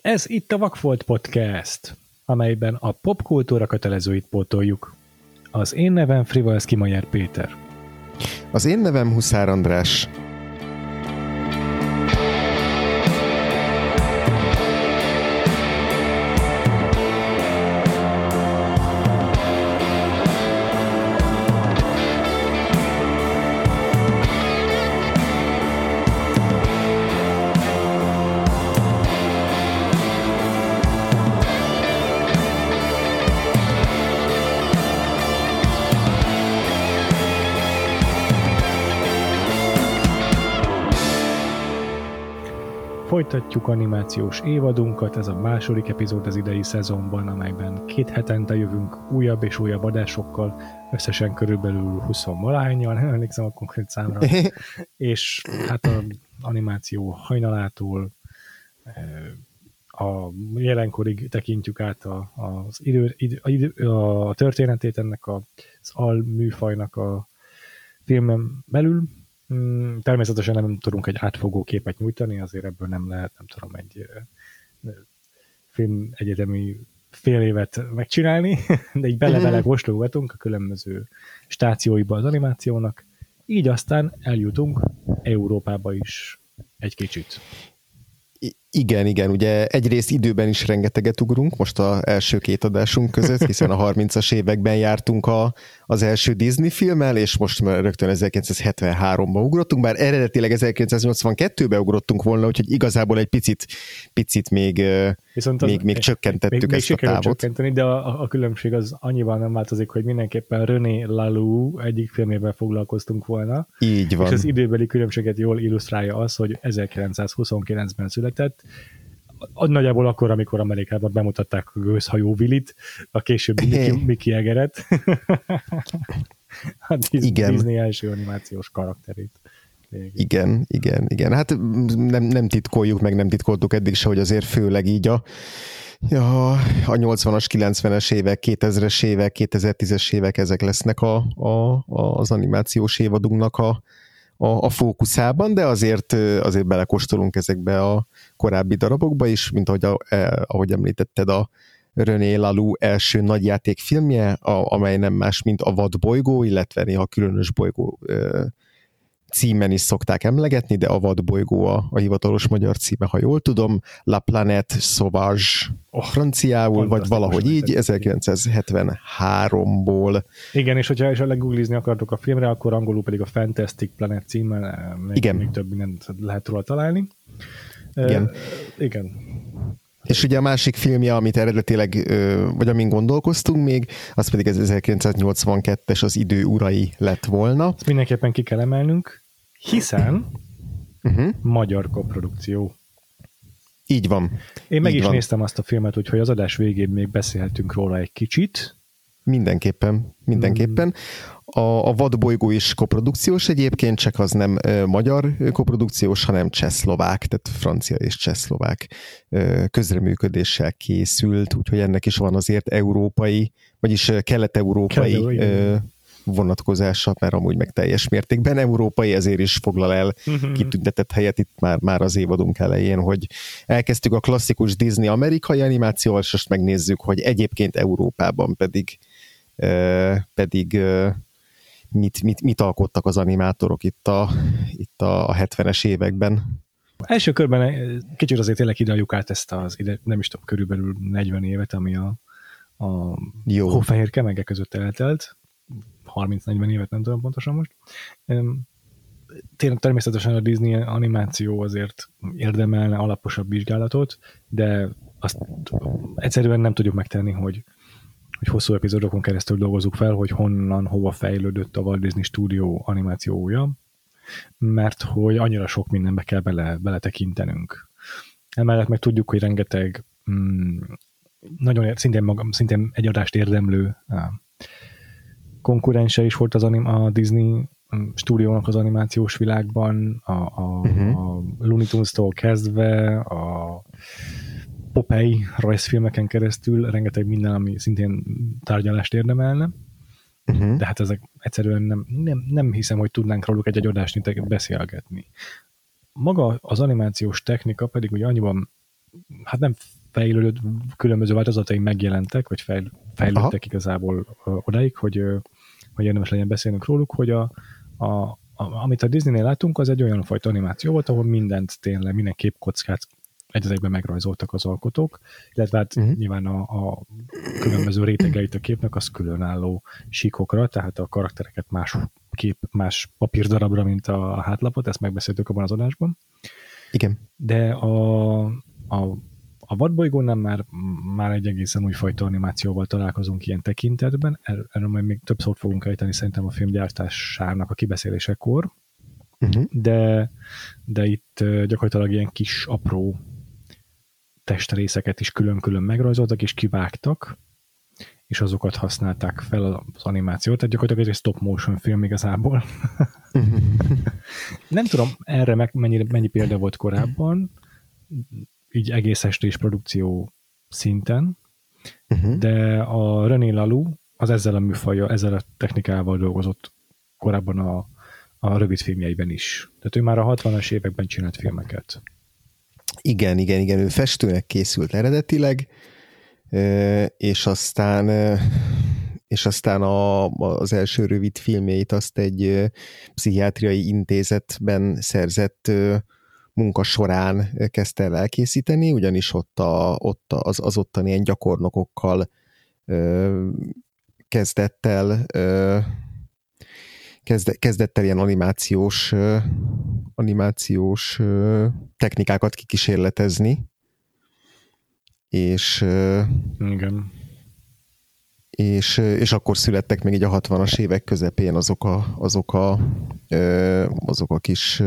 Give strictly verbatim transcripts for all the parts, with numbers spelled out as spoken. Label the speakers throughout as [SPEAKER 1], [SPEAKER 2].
[SPEAKER 1] Ez itt a Vakfolt Podcast, amelyben a popkultúra kötelezőit pótoljuk. Az én nevem Frivalszky Mayer Péter.
[SPEAKER 2] Az én nevem Huszár András.
[SPEAKER 1] Folytatjuk animációs évadunkat, ez a második epizód az idei szezonban, amelyben két hetente jövünk újabb és újabb adásokkal, összesen körülbelül húsz-valahányan, nem emlékszem a konkrét számra, és hát az animáció hajnalától a jelenkorig tekintjük át a, az idő, idő, a történetét ennek az alműfajnak a filmen belül. Természetesen nem tudunk egy átfogó képet nyújtani, azért ebből nem lehet, nem tudom, egy film egyetemi fél évet megcsinálni, de így bele-bele kóstolgatunk a különböző stációiba az animációnak, így aztán eljutunk Európába is egy kicsit.
[SPEAKER 2] Igen, igen, ugye egyrészt időben is rengeteget ugrunk, most az első két adásunk között, hiszen a harmincas években jártunk a, az első Disney filmmel, és most rögtön ezerkilencszázhetvenháromba ugrottunk, bár eredetileg ezerkilencszáznyolcvankettőbe ugrottunk volna, úgyhogy igazából egy picit, picit még, Viszont az, még, még csökkentettük még, ezt még a távot.
[SPEAKER 1] Csökkenteni, de a, a különbség az annyiban nem változik, hogy mindenképpen René Laloux egyik filmével foglalkoztunk volna.
[SPEAKER 2] Így van.
[SPEAKER 1] És az időbeli különbséget jól illusztrálja az, hogy ezerkilencszázhuszonkilencben született, nagyjából akkor, amikor Amerikában bemutatták a gőzhajó Willit, a későbbi Mickey, Mickey Egeret, a Disney, igen. Disney első animációs karakterét. Végül.
[SPEAKER 2] Igen, igen, igen. Hát nem, nem titkoljuk, meg nem titkoltuk eddig se, hogy azért főleg így a, a, a nyolcvanas, kilencvenes évek, kétezres évek, kétezer-tízes évek, ezek lesznek a, a, az animációs évadunknak a A, a fókuszában, de azért, azért belekóstolunk ezekbe a korábbi darabokba is, mint ahogy, a, ahogy említetted, a René Laloux első nagyjátékfilmje, a, amely nem más, mint a Vadbolygó, illetve néha a Különös bolygó e, címen is szokták emlegetni, de a Vadbolygó a, a hivatalos magyar címe, ha jól tudom, La Planète Sauvage oh, franciául, vagy valahogy így, ezerkilencszázhetvenháromból.
[SPEAKER 1] Igen, és hogyha is legooglizni akartok a filmre, akkor angolul pedig a Fantastic Planet címmel még, igen. még több mindent lehet róla találni.
[SPEAKER 2] Igen.
[SPEAKER 1] Uh, igen.
[SPEAKER 2] És ugye a másik filmje, amit eredetileg, vagy amin gondolkoztunk még, az pedig az ezerkilencszáznyolcvankettes Az idő urai lett volna.
[SPEAKER 1] Ezt mindenképpen ki kell emelnünk, hiszen uh-huh. magyar koprodukció.
[SPEAKER 2] Így van.
[SPEAKER 1] Én meg
[SPEAKER 2] Így
[SPEAKER 1] is
[SPEAKER 2] van.
[SPEAKER 1] néztem azt a filmet, úgyhogy az adás végén még beszélhetünk róla egy kicsit.
[SPEAKER 2] Mindenképpen, mindenképpen. A, a Vadbolygó is koprodukciós egyébként, csak az nem e, magyar koprodukciós, hanem csehszlovák, tehát francia és csehszlovák e, közreműködéssel készült, úgyhogy ennek is van azért európai, vagyis kelet-európai e, vonatkozása, mert amúgy meg teljes mértékben európai, ezért is foglal el uh-huh. kitüntetett helyet itt már, már az évadunk elején, hogy elkezdtük a klasszikus Disney amerikai animációval, és most megnézzük, hogy egyébként Európában pedig Uh, pedig uh, mit, mit, mit alkottak az animátorok itt a, itt a hetvenes években.
[SPEAKER 1] Első körben kicsit azért tényleg idealjuk át ezt az, ide, nem is tudom, körülbelül negyven évet, ami a, a hófehér kemege között eltelt. harminc-negyven évet, nem tudom pontosan most. Tényleg természetesen a Disney animáció azért érdemelne alaposabb vizsgálatot, de azt egyszerűen nem tudjuk megtenni, hogy hogy hosszú epizódokon keresztül dolgozzuk fel, hogy honnan, hova fejlődött a Walt Disney Studio animációja, mert hogy annyira sok mindenbe kell bele, beletekintenünk. Emellett meg tudjuk, hogy rengeteg mm, nagyon szintén, magam, szintén egy adást érdemlő á, konkurense is volt az anim, a Disney stúdiónak az animációs világban, a, a, uh-huh. a Looney Tunes-tól kezdve, a Popeye rajzfilmeken keresztül rengeteg minden, ami szintén tárgyalást érdemelne. Uh-huh. De hát ezek egyszerűen nem, nem, nem hiszem, hogy tudnánk róluk egy-egy adást beszélgetni. Maga az animációs technika pedig ugye annyiban hát nem fejlődött, különböző változatai megjelentek, vagy fejl, fejlődtek Aha. igazából odáig, hogy, hogy érdemes legyen beszélnünk róluk, hogy a, a, a, amit a Disneynél látunk, az egy olyan fajta animáció volt, ahol mindent tényleg, minden képkockát egy az egyben megrajzoltak az alkotók, illetve hát uh-huh. nyilván a, a különböző rétegeit a képnek az különálló síkokra, tehát a karaktereket más kép, más papírdarabra, mint a hátlapot, ezt megbeszéltük abban az adásban.
[SPEAKER 2] Igen.
[SPEAKER 1] De a, a, a vadbolygónál már, már egy egészen újfajta animációval találkozunk ilyen tekintetben, er, erről majd még több szót fogunk ejteni szerintem a filmgyártásának a kibeszélésekor, uh-huh. de, de itt gyakorlatilag ilyen kis apró testrészeket is külön-külön megrajzoltak és kivágtak, és azokat használták fel az animációt, tehát gyakorlatilag egy stop motion film igazából. Nem tudom erre meg mennyi, mennyi példa volt korábban, így egész estés produkció szinten, uh-huh. de a René Laloux az ezzel a műfajjal, ezzel a technikával dolgozott korábban a, a rövid filmjeiben is. Tehát ő már a hatvanas években csinált filmeket.
[SPEAKER 2] Igen, igen, igen, ő festőnek készült eredetileg, és aztán, és aztán a, az első rövid filmjeit azt egy pszichiátriai intézetben szerzett munka során kezdte el elkészíteni, ugyanis ott, a, ott az, az ottani ilyen gyakornokokkal kezdett el kezdett el ilyen animációs animációs technikákat kikísérletezni, és
[SPEAKER 1] igen.
[SPEAKER 2] És, és akkor születtek még így a hatvanas évek közepén azok a, azok a, azok a kis,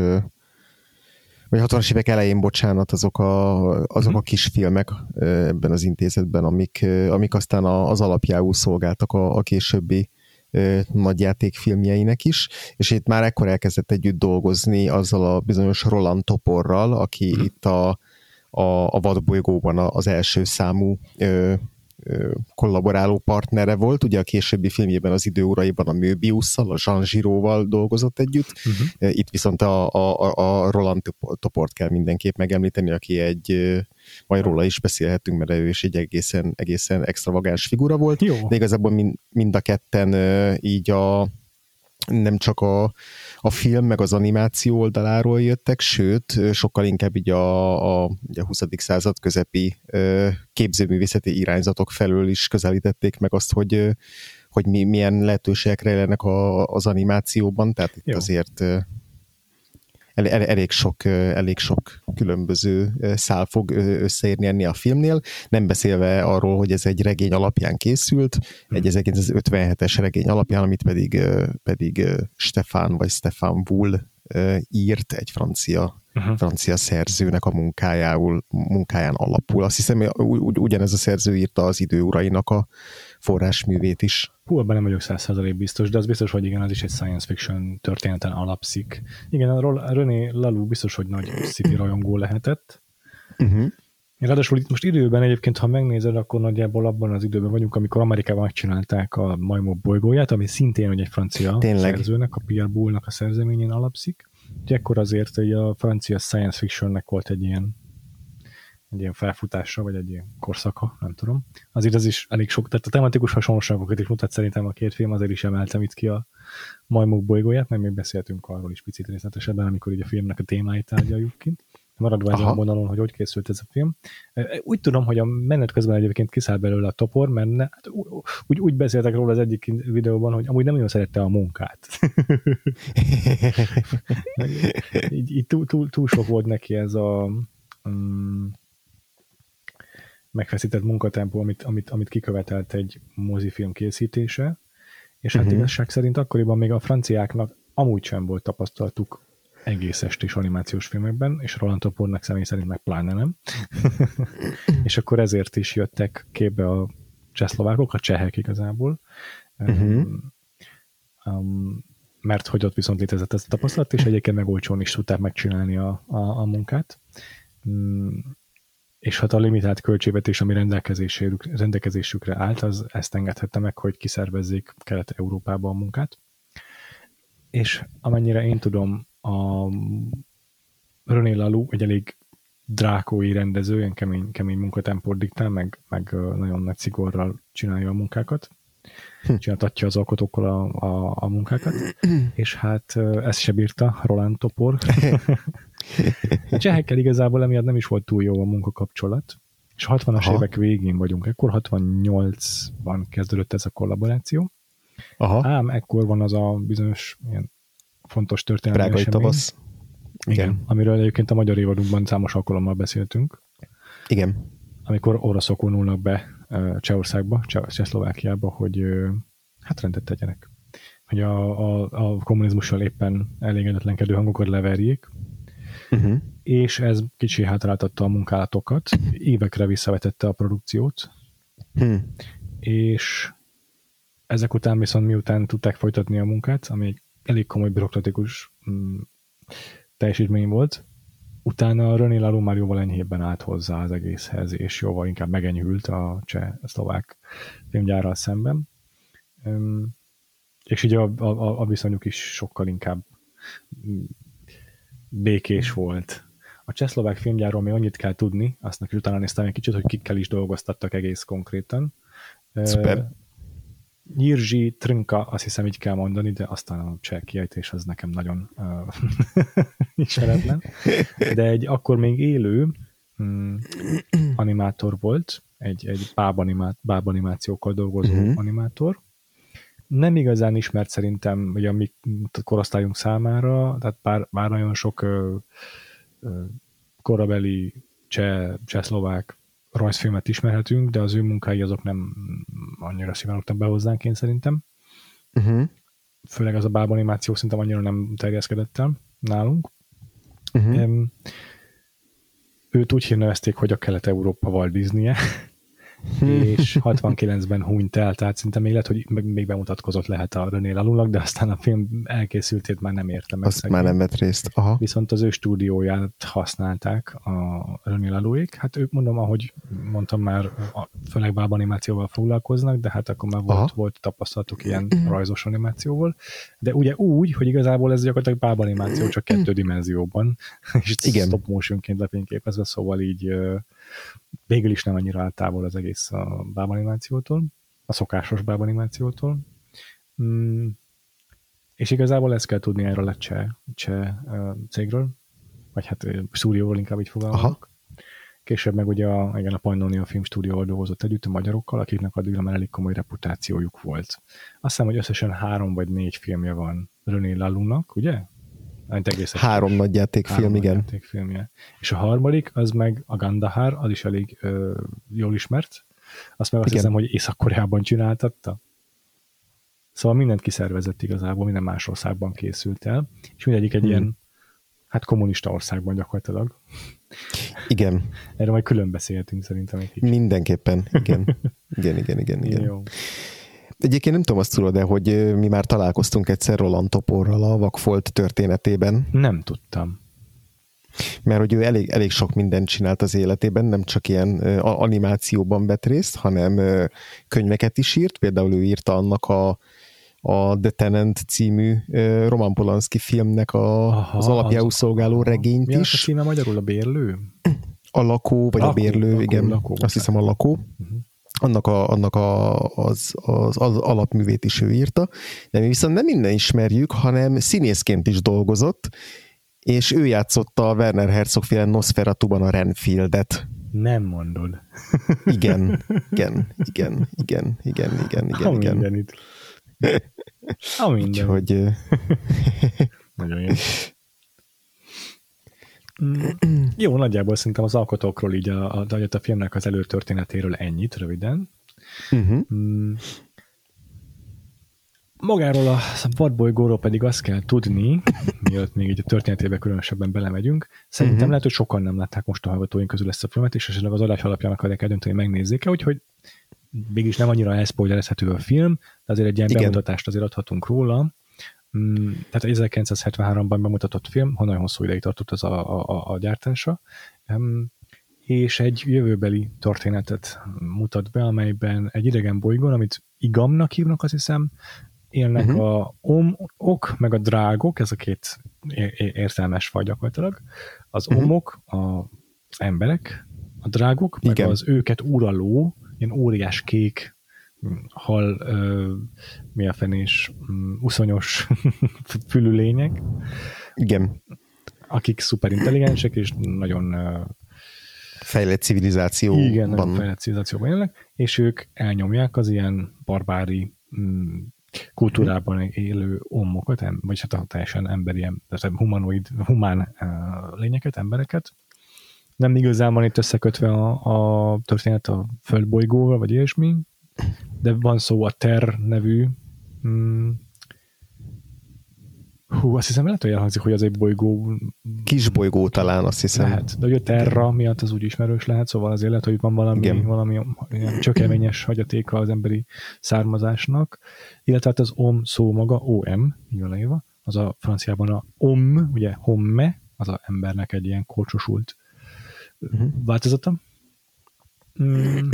[SPEAKER 2] vagy hatvanas évek elején, bocsánat, azok a, azok a kis filmek ebben az intézetben, amik, amik aztán az alapjául szolgáltak a, a későbbi nagyjátékfilmjeinek is, és itt már ekkor elkezdett együtt dolgozni azzal a bizonyos Roland Toporral, aki mm. itt a, a, a vadbolygóban az első számú ö, ö, kollaboráló partnere volt, ugye a későbbi filmjében, az Idő uraiban a Möbiusszal, a Jean Giraud-val dolgozott együtt, uh-huh. Itt viszont a, a, a Roland Toport kell mindenképp megemlíteni, aki egy, majd róla is beszélhetünk, mert ő is egy egészen, egészen extravagáns figura volt,
[SPEAKER 1] Jó.
[SPEAKER 2] De igazából mind, mind a ketten így a nem csak a, a film meg az animáció oldaláról jöttek, sőt, sokkal inkább így a, a, a huszadik század közepi képzőművészeti irányzatok felől is közelítették meg azt, hogy, hogy mi, milyen lehetőségek rejlenek a, az animációban, tehát itt Jó. azért el, el, elég, sok, elég sok különböző szál fog összeérni enni a filmnél, nem beszélve arról, hogy ez egy regény alapján készült, hmm. egy ezerkilencszázötvenhetes regény alapján, amit pedig, pedig Stefan vagy Stefan Bull írt, egy francia, uh-huh. francia szerzőnek a munkájául, munkáján alapul. Azt hiszem, ugy, ugyanez a szerző írta az Idő urainak a forrásművét is.
[SPEAKER 1] Hú, abban nem vagyok száz százalék biztos, de az biztos, hogy igen, az is egy science fiction történeten alapszik. Igen, a René Laloux biztos, hogy nagy sci-fi rajongó lehetett. Uh-huh. Ráadásul itt most időben egyébként, ha megnézed, akkor nagyjából abban az időben vagyunk, amikor Amerikában megcsinálták a Majmok bolygóját, ami szintén egy francia Tényleg. szerzőnek, a Pierre Boulle-nak a szerzeményén alapszik. Úgyhogy ekkor azért hogy a francia science fictionnek volt egy ilyen egy ilyen felfutása, vagy egy ilyen korszaka, nem tudom. Azért az is elég sok, tehát a tematikus hasonlóságokat is mutat szerintem a két film, azért is emeltem itt ki a Majmok bolygóját, mert még beszéltünk arról is picit részletesebben, amikor így a filmnek a témáit tárgyaljuk ki. Maradva ezen a vonalon, hogy hogy készült ez a film. Úgy tudom, hogy a menet közben egyébként kiszáll belőle a topor, mert ne, hát úgy, úgy beszéltek róla az egyik videóban, hogy amúgy nem nagyon szerette a munkát. így így túl, túl, túl sok volt neki ez a um, megfeszített munkatempó, amit, amit, amit kikövetelt egy mozifilm készítése, és hát uh-huh. igazság szerint akkoriban még a franciáknak amúgy sem volt tapasztalatuk egész estés animációs filmekben, és Roland Topornak személy szerint meg pláne nem. És akkor ezért is jöttek képbe a csehszlovákok, a csehek igazából, uh-huh. um, mert hogy ott viszont létezett ez a tapasztalat, és egyébként meg olcsón is tudták megcsinálni a, a, a munkát. Um, és hát a limitált költségvetés, ami rendelkezésükre, rendelkezésükre állt, az ezt engedhette meg, hogy kiszervezzék Kelet-Európába a munkát. És amennyire én tudom, a René Laloux egy elég drákói rendező, ilyen kemény, kemény munkatempót diktál, meg, meg nagyon nagy szigorral csinálja a munkákat. Hm. Csináltatja az alkotókkal a, a, a munkákat, és hát ezt se bírta Roland Topor. A csehekkel igazából emiatt nem is volt túl jó a munkakapcsolat, és a hatvanas Aha. évek végén vagyunk, ekkor hatvannyolcban kezdődött ez a kollaboráció. Aha. Ám ekkor van az a bizonyos ilyen fontos történelmi
[SPEAKER 2] Prágai
[SPEAKER 1] esemény.
[SPEAKER 2] Tavasz.
[SPEAKER 1] Igen. Igen, amiről egyébként a magyar évadunkban számos alkalommal beszéltünk.
[SPEAKER 2] Igen.
[SPEAKER 1] Amikor oroszok vonulnak be Csehországba, Csehszlovákiába, hogy hát rendet tegyenek. Hogy a, a, a kommunizmussal éppen elégedetlenkedő hangokat leverjék, uh-huh. és ez kicsi hátráltatta a munkálatokat, évekre visszavetette a produkciót, hmm. és ezek után viszont miután tudták folytatni a munkát, ami egy elég komoly bürokratikus mm, teljesítmény volt, utána René Laloux már jóval enyhébben állt hozzá az egészhez, és jóval inkább megenyhült a cseh-szlovák filmgyárral szemben. Um, és így a, a, a viszonyuk is sokkal inkább békés volt. A cseh-szlovák filmgyárról még annyit kell tudni, aztnak is utána néztem egy kicsit, hogy kikkel is dolgoztattak egész konkrétan.
[SPEAKER 2] Szuper.
[SPEAKER 1] Uh, Jiří Trnka, azt hiszem így kell mondani, de aztán a cseh kiejtés az nekem nagyon uh, ismeretlen. De egy akkor még élő um, animátor volt, egy, egy bábanimá, bábanimációkkal dolgozó uh-huh. animátor. Nem igazán ismert szerintem ugye a mi korosztályunk számára, tehát bár, bár nagyon sok uh, uh, korabeli cseh, cseh-szlovák rajzfilmet ismerhetünk, de az ő munkái azok nem annyira szívánultak be hozzánk, én szerintem. Uh-huh. Főleg az a bábanimáció szerintem annyira nem terjeszkedett el nálunk. Uh-huh. Um, őt úgy hírnevezték, hogy a Kelet-Európa Walt Disney-je, és hatvankilencben hunyt el, tehát szerintem még lehet, hogy még bemutatkozott lehet a René Lalouxnak, de aztán a film elkészültét már nem érte meg.
[SPEAKER 2] Azt szegény. Már nem vett részt. Aha.
[SPEAKER 1] Viszont az ő stúdióját használták a René Lalouxék. Hát ők mondom, ahogy mondtam már, főleg bábanimációval foglalkoznak, de hát akkor már volt, volt tapasztalatuk ilyen rajzos animációval. De ugye úgy, hogy igazából ez gyakorlatilag bábanimáció, csak kettő dimenzióban, és stop motionként lefényképezve, szóval így végül is nem annyira áll távol az egész a bábanimációtól, a szokásos bábanimációtól. Mm. És igazából ezt kell tudni erről a cseh, cseh uh, cégről, vagy hát uh, stúdióról inkább így fogalmazok. Később meg ugye a, igen, a Pannonia Film Stúdióval dolgozott együtt a magyarokkal, akiknek addigra már elég komoly reputációjuk volt. Azt hiszem, hogy összesen három vagy négy filmje van René Lalouxnak, ugye?
[SPEAKER 2] Három nagy játékfilm, igen. Nagy
[SPEAKER 1] játékfilmje. És a harmadik, az meg a Gandahar, az is elég ö, jól ismert. Azt meg azt igen. hiszem, hogy Észak-Koreában csináltatta. Szóval mindent kiszervezett igazából, minden más országban készült el, és mindegyik egy hmm. ilyen, hát kommunista országban gyakorlatilag.
[SPEAKER 2] Igen.
[SPEAKER 1] Erről majd külön beszéltünk szerintem egy kicsit.
[SPEAKER 2] Mindenképpen, igen. Igen, igen, igen, igen. Jó. Egyébként nem tudom azt tudod, de hogy mi már találkoztunk egyszer Roland Toporral a Vakfolt történetében.
[SPEAKER 1] Nem tudtam.
[SPEAKER 2] Mert hogy ő elég, elég sok mindent csinált az életében, nem csak ilyen animációban vett részt, hanem könyveket is írt. Például ő írta annak a, a The Tenant című Roman Polanski filmnek a, aha, az alapjául szolgáló regényt mi is.
[SPEAKER 1] Mi a címe magyarul? A Bérlő?
[SPEAKER 2] A Lakó, vagy lakó, a Bérlő, lakó, igen. Lakó, azt hiszem a Lakó. Uh-huh. Annak, a, annak a, az, az, az alapművét is ő írta, de mi viszont nem innen ismerjük, hanem színészként is dolgozott, és ő játszotta a Werner Herzog-féle Nosferatuban a Renfieldet.
[SPEAKER 1] Nem mondod.
[SPEAKER 2] Igen, igen, igen, igen, igen, igen, igen.
[SPEAKER 1] A mindenit. A mindenit.
[SPEAKER 2] Úgyhogy...
[SPEAKER 1] Nagyon jó. Jó, nagyjából szerintem az alkotókról így a, a, a filmnek az előtörténetéről ennyit, röviden. Uh-huh. Magáról a vadbolygóról pedig azt kell tudni, mielőtt még így a történetébe különösebben belemegyünk, szerintem uh-huh. lehet, hogy sokan nem látták most a hallgatóink közül ezt a filmet, és esetleg az adás alapján akarják eldönteni, megnézzék-e, úgyhogy mégis nem annyira elszpoilerezhető a film, de azért egy ilyen igen. bemutatást azért adhatunk róla. Mm, tehát ezerkilencszázhetvenháromban bemutatott film, ha nagyon hosszú ideig tartott az a, a, a gyártása, um, és egy jövőbeli történetet mutat be, amelyben egy idegen bolygón, amit Igamnak hívnak, azt hiszem, élnek uh-huh. a omok, meg a drágok, ez a két értelmes faj gyakorlatilag. Az uh-huh. omok, a emberek, a drágok, meg igen. az őket uraló, ilyen óriás kék, hal, ö, mi a fenés, uszonyos fülű lények.
[SPEAKER 2] Igen.
[SPEAKER 1] Akik szuperintelligensek, és nagyon ö,
[SPEAKER 2] fejlett civilizációban.
[SPEAKER 1] Igen, nagyon fejlett civilizációban élnek, és ők elnyomják az ilyen barbári mm, kultúrában élő ommokat, vagyis hát teljesen emberi, tehát humanoid, humán uh, lényeket, embereket. Nem igazán van itt összekötve a, a történet a földbolygóval, vagy ilyesmi, de van szó a Ter nevű mm, hú, azt hiszem lehet, hogy elhangzik, hogy az egy bolygó.
[SPEAKER 2] Kis bolygó talán, azt hiszem.
[SPEAKER 1] Lehet, de ugye a Terra igen. miatt az úgy ismerős lehet, szóval azért lehet, hogy van valami, igen. valami ilyen csökeményes hagyatéka az emberi származásnak, illetve hát az om szó maga, om, így van leírva, az a franciában a om, ugye homme, az a embernek egy ilyen korcsosult uh-huh. változata. Mm.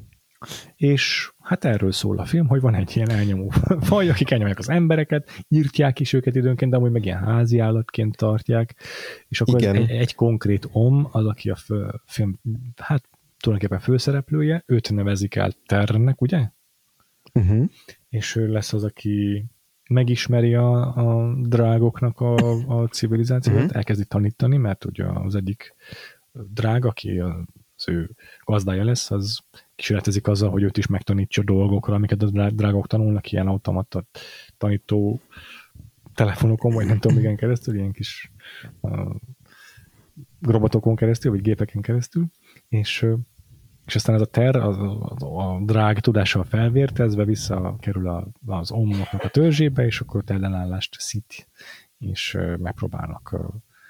[SPEAKER 1] És hát erről szól a film, hogy van egy ilyen elnyomó faj, akik elnyomják az embereket, írtják is őket időnként, de amúgy meg ilyen házi állatként tartják, és akkor egy, egy konkrét om, az, aki a fő, film, hát tulajdonképpen főszereplője, őt nevezik el Ternek, ugye? Uh-huh. És ő lesz az, aki megismeri a, a drágoknak a, a civilizációt, uh-huh. elkezdi tanítani, mert ugye az egyik drág, aki az ő gazdája lesz, az kísérletezik azzal, hogy őt is megtanítsa dolgokra, amiket a drágok tanulnak, ilyen automata tanító telefonokon, vagy nem tudom, igen keresztül, ilyen kis uh, robotokon keresztül, vagy gépeken keresztül, és, és aztán ez a Ter, a, a, a drág tudással felvértezve visszakerül a, az omnoknak a törzsébe, és akkor ott ellenállást szít, és uh, megpróbálnak uh,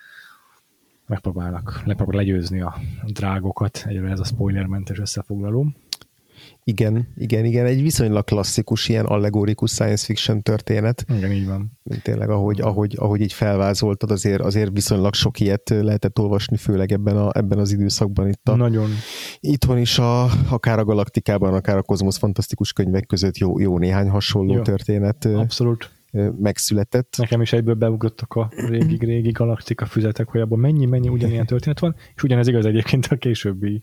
[SPEAKER 1] megpróbálnak lepróbál legyőzni a drágokat. Egyre ez a spoilermentes összefoglaló.
[SPEAKER 2] Igen, igen, igen. Egy viszonylag klasszikus, ilyen allegorikus science fiction történet.
[SPEAKER 1] Igen, így van.
[SPEAKER 2] Tényleg, ahogy, ahogy, ahogy így felvázoltad, azért, azért viszonylag sok ilyet lehetett olvasni, főleg ebben, a, ebben az időszakban. Itt a,
[SPEAKER 1] Nagyon.
[SPEAKER 2] Itthon is, a, akár a Galaktikában, akár a Kozmosz fantasztikus könyvek között jó, jó néhány hasonló jó. történet.
[SPEAKER 1] Abszolút.
[SPEAKER 2] Megszületett.
[SPEAKER 1] Nekem is egyből beugrottak a régi-régi Galaktika füzetek, hogy abban mennyi-mennyi ugyanilyen történet van, és ugyanez igaz egyébként a későbbi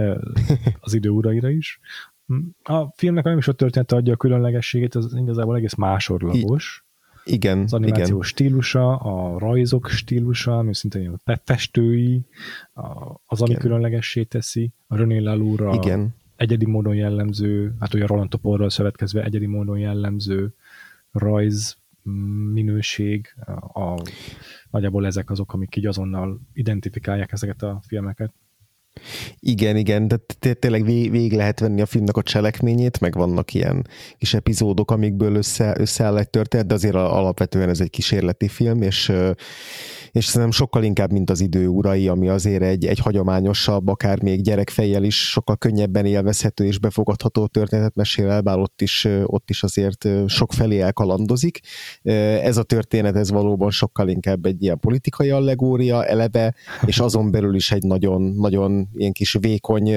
[SPEAKER 1] az idő uraira is. A filmnek nem is a történet adja a különlegességét, az igazából egész másorlagos.
[SPEAKER 2] I- igen.
[SPEAKER 1] Az animáció
[SPEAKER 2] igen.
[SPEAKER 1] stílusa, a rajzok stílusa, ami szintén a festői, az, ami igen. különlegessé teszi, a René Laloure
[SPEAKER 2] igen.
[SPEAKER 1] egyedi módon jellemző, hát ugye Roland Toporral szövetkezve egyedi módon jellemző rajz minőség, a, nagyjából ezek azok, amik így azonnal identifikálják ezeket a filmeket.
[SPEAKER 2] Igen, igen, de tényleg végig lehet venni a filmnek a cselekményét, meg vannak ilyen kis epizódok, amikből össze, összeáll egy történet, de azért alapvetően ez egy kísérleti film, és, és szerintem sokkal inkább, mint az Idő urai, ami azért egy, egy hagyományosabb, akár még gyerekfejjel is sokkal könnyebben élvezhető és befogadható történetet mesél el, bár ott is, ott is azért sok felé elkalandozik. Ez a történet, ez valóban sokkal inkább egy ilyen politikai allegória eleve, és azon belül is egy nagyon, nagyon ilyen kis vékony,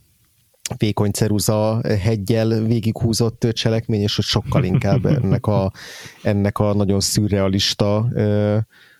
[SPEAKER 2] vékony ceruza heggyel végighúzott cselekmény, és hogy sokkal inkább ennek a, ennek a nagyon szürrealista ö,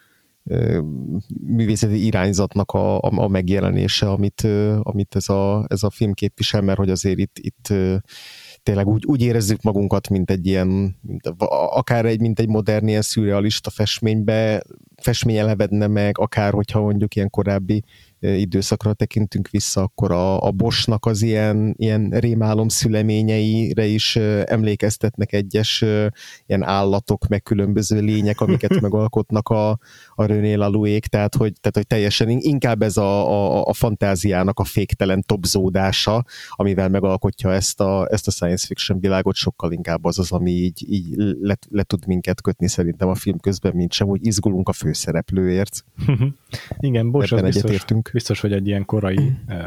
[SPEAKER 2] ö, művészeti irányzatnak a, a, a megjelenése, amit, ö, amit ez, a, ez a film képvisel, mert hogy azért itt, itt ö, tényleg úgy, úgy érezzük magunkat, mint egy ilyen, mint, akár egy, mint egy modern, ilyen szürrealista festménybe, festmény elevedne meg, akár hogyha mondjuk ilyen korábbi időszakra tekintünk vissza, akkor a, a Boschnak az ilyen, ilyen rémálom szüleményeire is emlékeztetnek egyes ilyen állatok, meg különböző lények, amiket megalkotnak a, a René Laloure-ék, tehát hogy, tehát hogy teljesen inkább ez a, a, a fantáziának a féktelen topzódása, amivel megalkotja ezt a, ezt a science fiction világot, sokkal inkább az az, ami így, így le, le tud minket kötni szerintem a film közben, mint sem, hogy izgulunk a főszereplőért.
[SPEAKER 1] Igen, Bosch, az biztos, biztos, hogy egy ilyen korai,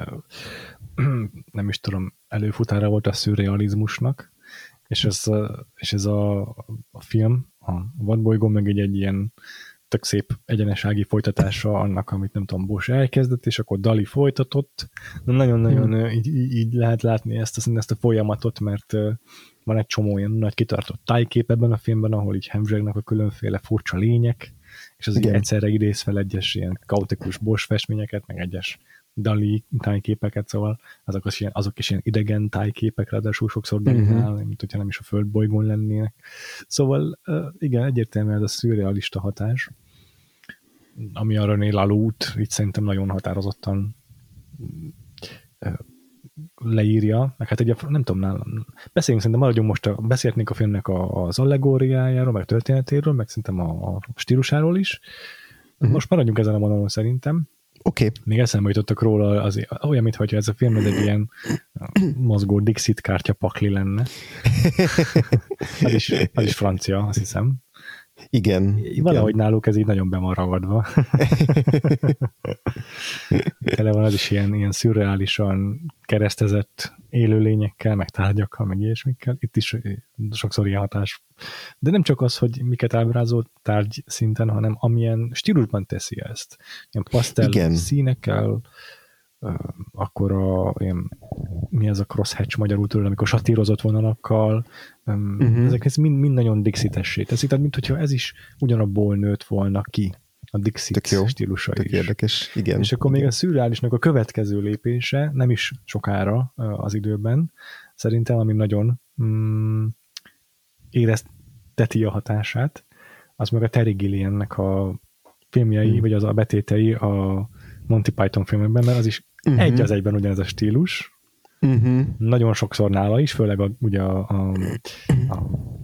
[SPEAKER 1] nem is tudom, előfutára volt a szürrealizmusnak, és ez, és ez a, a film, a Vadbolygó meg egy, egy ilyen tök szép egyenesági folytatása annak, amit nem tudom, Bosch elkezdett, és akkor Dali folytatott. Nagyon-nagyon hmm. így, így lehet látni ezt a, ezt a folyamatot, mert van egy csomó ilyen nagy kitartott tájkép ebben a filmben, ahol így hemzsegnek a különféle furcsa lények, és az így egyszerre idéz fel egyes ilyen kaotikus Bosch festményeket, meg egyes Dali tájképeket, szóval azok is ilyen, azok is ilyen idegen tájképek, ráadásul sokszor Dalinál, uh-huh. mint hogyha nem is a földbolygón lennének. Szóval igen, egyértelműen ez a szürrealista hatás, ami a René Laloux itt szerintem nagyon határozottan leírja, meg hát egy, nem tudom, nálam, beszéljünk szerintem, maradjunk most, a, beszélhetnénk a filmnek a, az allegóriájáról, meg történetéről, meg szerintem a, a stílusáról is. Uh-huh. Most maradjunk ezen a vonalon szerintem.
[SPEAKER 2] Oké. Okay.
[SPEAKER 1] Még eszembe jutottak róla, az, olyan, mintha ez a film ez egy ilyen mozgó Dixit kártya pakli lenne. az, is, az is francia, azt hiszem.
[SPEAKER 2] Igen.
[SPEAKER 1] Valahogy
[SPEAKER 2] igen.
[SPEAKER 1] náluk ez így nagyon be van ragadva. Tele van az is ilyen, ilyen szürreálisan keresztezett élőlényekkel, meg tárgyakkal, meg ilyesmikkel. Itt is sokszor ilyen hatás. De nem csak az, hogy miket ábrázol tárgy szinten, hanem amilyen stílusban teszi ezt. Ilyen pasztel igen. színekkel, akkor a ilyen, mi ez a crosshatch magyarul tőle, amikor satírozott vonalakkal, uh-huh. ezek mind, mind nagyon Dixitessé teszik, tehát mintha ez is ugyanabból nőtt volna ki a Dixit stílusa is.
[SPEAKER 2] Érdekes, igen.
[SPEAKER 1] És akkor
[SPEAKER 2] igen.
[SPEAKER 1] még a szürreálisnak a következő lépése, nem is sokára az időben, szerintem, ami nagyon mm, érezteti a hatását, az meg a Terry Gilliamnek a filmjei, hmm. vagy az a betétei a Monty Python filmekben, mert az is uh-huh. egy az egyben ugyanez a stílus. Uh-huh. Nagyon sokszor nála is, főleg a, ugye a, a, a,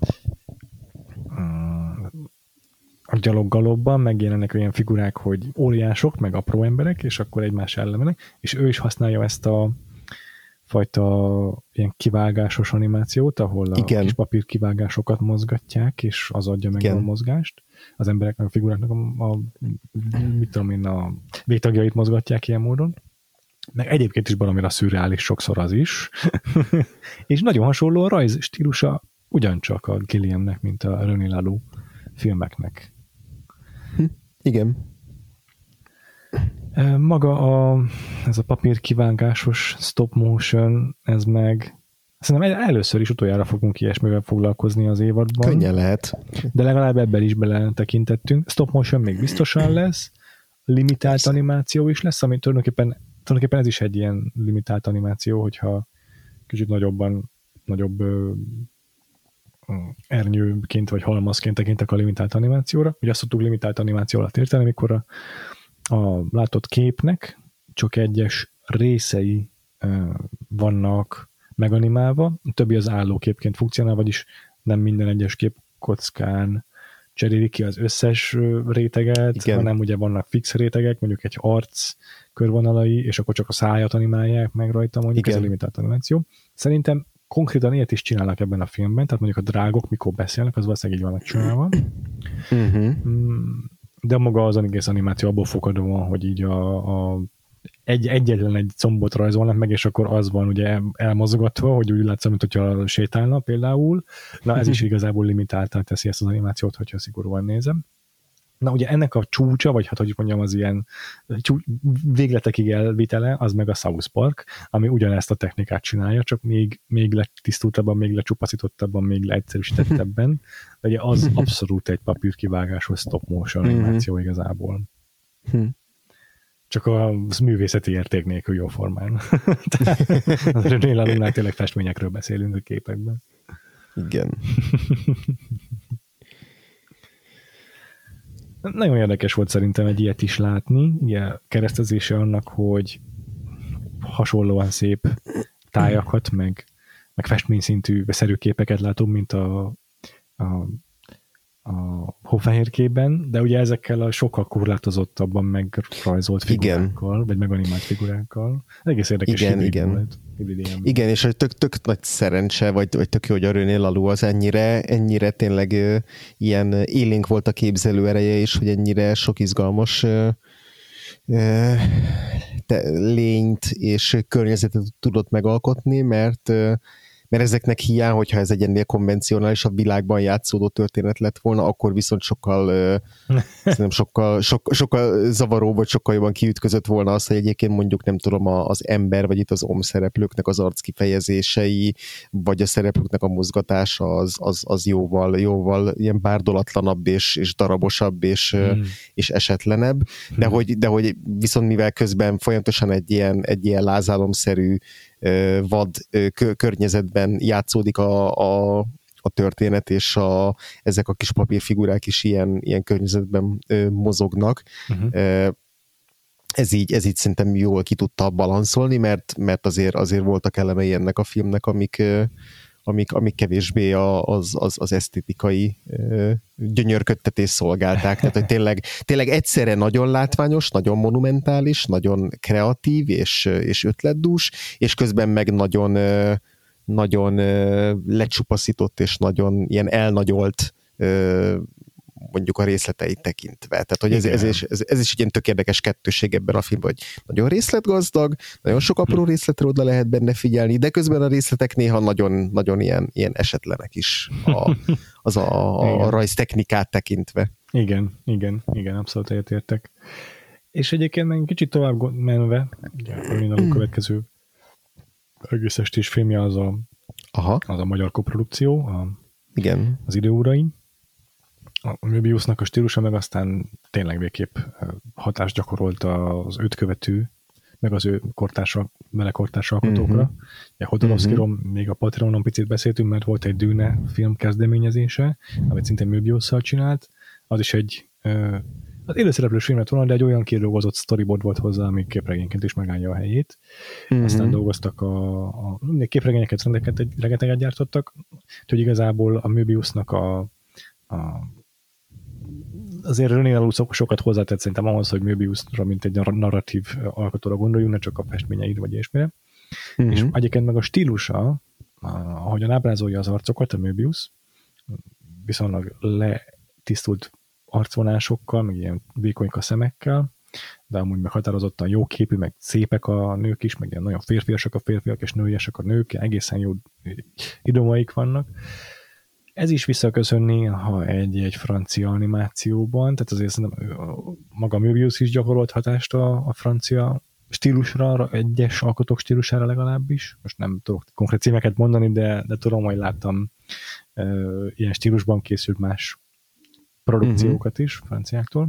[SPEAKER 1] a, a gyaloggalobban megjelennek olyan figurák, hogy óriások, meg apró emberek, és akkor egymás ellemenek, és ő is használja ezt a fajta ilyen kivágásos animációt, ahol a Igen. kis papír kivágásokat mozgatják, és az adja meg Igen. a mozgást. Az embereknek, a figuráknak a, a mit tudom én, a végtagjait mozgatják ilyen módon. Meg egyébként is valamire szürreális sokszor az is. És nagyon hasonló a rajz stílusa ugyancsak a Gilliamnek, mint a René Laloux filmeknek.
[SPEAKER 2] Hm. Igen.
[SPEAKER 1] Maga a, ez a papír kivágásos stop motion, ez meg szerintem először is utoljára fogunk ilyesmivel foglalkozni az évadban.
[SPEAKER 2] Könnyen lehet.
[SPEAKER 1] De legalább ebben is bele tekintettünk. Stop motion még biztosan lesz, limitált Persze. animáció is lesz, ami tulajdonképpen, tulajdonképpen ez is egy ilyen limitált animáció, hogyha kicsit nagyobban, nagyobb ö, ernyőként vagy halmazként tekintek a limitált animációra. Ugye azt szoktuk limitált animáció alatt érteni, amikor a a látott képnek csak egyes részei uh, vannak meganimálva, a többi az állóképként funkcionál, vagyis nem minden egyes képkockán cserélik ki az összes réteget, Igen. hanem ugye vannak fix rétegek, mondjuk egy arc körvonalai, és akkor csak a szájat animálják meg rajta, mondjuk Igen. ez a limitált animáció. Szerintem konkrétan ilyet is csinálnak ebben a filmben, tehát mondjuk a drágok mikor beszélnek, az valószínűleg így vannak csinálva. Uh-huh. Mm. De maga az egész animáció abból fakadóan, hogy így a, a egy, egyetlen egy combot rajzolnak meg, és akkor az van ugye elmozgatva, hogy úgy látszik, mint hogyha sétálna például. Na ez is igazából limitáltan teszi ezt az animációt, hogyha szigorúan nézem. Na ugye ennek a csúcsa, vagy hát hogy mondjam, az ilyen csúcs, végletekig elvitele, az meg a South Park, ami ugyanezt a technikát csinálja, csak még, még letisztultabban, még lecsupaszítottabban, még leegyszerűsítettebben. De ugye az abszolút egy papírkivágáshoz stop motion animáció igazából. Csak a művészeti érték nélkül jó formán. René Laloux-nál tényleg festményekről beszélünk a képekben.
[SPEAKER 2] Igen.
[SPEAKER 1] Nagyon érdekes volt szerintem egy ilyet is látni, ugye keresztezése annak, hogy hasonlóan szép tájakat, meg, meg festményszintű szerű képeket látunk, mint a, a, a hófehérkében, de ugye ezekkel a sokkal korlátozottabban megrajzolt figurákkal, igen. vagy meganimált figurákkal. Egész érdekes
[SPEAKER 2] igen, igen. volt. Igen, és hogy tök, tök nagy szerencse, vagy, vagy tök jó, hogy a René Laloux az ennyire, ennyire tényleg ö, ilyen élénk volt a képzelő ereje, és hogy ennyire sok izgalmas ö, ö, te, lényt és környezetet tudott megalkotni, mert, ö, mert ezeknek hiány, hogyha ez egy ennél konvencionálisabb világban játszódó történet lett volna, akkor viszont sokkal szerintem sokkal, sokkal, sokkal zavaróbb, vagy sokkal jobban kiütközött volna az, hogy egyébként mondjuk nem tudom, az ember, vagy itt az om szereplőknek az arckifejezései, vagy a szereplőknek a mozgatása az, az, az jóval, jóval ilyen bárdolatlanabb, és, és darabosabb, és, hmm. és esetlenebb, de, hmm. hogy, de hogy viszont mivel közben folyamatosan egy ilyen, egy ilyen lázálomszerű vad környezetben játszódik a, a, a történet, és a, ezek a kis papírfigurák is ilyen, ilyen környezetben mozognak. Uh-huh. Ez így, ez így szerintem jól ki tudta balanszolni, mert, mert azért, azért voltak elemei ennek a filmnek, amik, amik, amik kevésbé az, az, az esztétikai gyönyörködtetés szolgálták. Tehát, hogy tényleg, tényleg egyszerre nagyon látványos, nagyon monumentális, nagyon kreatív és, és ötletdús, és közben meg nagyon, nagyon lecsupaszított és nagyon ilyen elnagyolt mondjuk a részleteit tekintve. Tehát, hogy ez, ez, is, ez, ez is egy ilyen tök érdekes kettőség ebben a filmben, hogy nagyon részletgazdag, nagyon sok apró részletre oda lehet benne figyelni, de közben a részletek néha nagyon, nagyon ilyen, ilyen esetlenek is a, az a, a, a rajztechnikát tekintve.
[SPEAKER 1] Igen, igen, igen, abszolút egyetértek. És egyébként meg kicsit tovább menve, a következő egész estés filmje az a, Aha. az a magyar koprodukció, a,
[SPEAKER 2] igen.
[SPEAKER 1] az Időuraim. A Möbiusnak a stílusa meg aztán tényleg végképp hatást gyakorolt az őt követő, meg az ő kortársa, vele kortárs alkotókra. Uh-huh. Ja, Hodorowskiról uh-huh. még a Patreonon picit beszéltünk, mert volt egy Dune film kezdeményezése, amit szintén Möbiusszal csinált. Az is egy az élőszereplős film lett volna, de egy olyan kidolgozott storyboard volt hozzá, ami képregényként is megállja a helyét. Uh-huh. Aztán dolgoztak a, a képregényeket, rengeteget gyártottak, hogy igazából a Möbiusnak a, a azért René Laloux sokat hozzátett szerintem ahhoz, hogy Möbiusra, mint egy narratív alkotóra gondoljunk, ne csak a festményeid vagy ilyesmire. Uh-huh. És egyébként meg a stílusa, ahogyan ábrázolja az arcokat, a Möbius, viszonylag letisztult arcvonásokkal, meg ilyen vékonyka szemekkel, de amúgy meg határozottan jó képű, meg szépek a nők is, meg ilyen nagyon férfiasak a férfiak, és nőiesek a nők, egészen jó idomaik vannak. Ez is visszaköszönni, ha egy, egy francia animációban, tehát azért szerintem maga Möbius is gyakorolt hatást a, a francia stílusra, egyes alkotók stílusára legalábbis. Most nem tudok konkrét címeket mondani, de, de tudom, hogy láttam e, ilyen stílusban készült más produkciókat is franciáktól.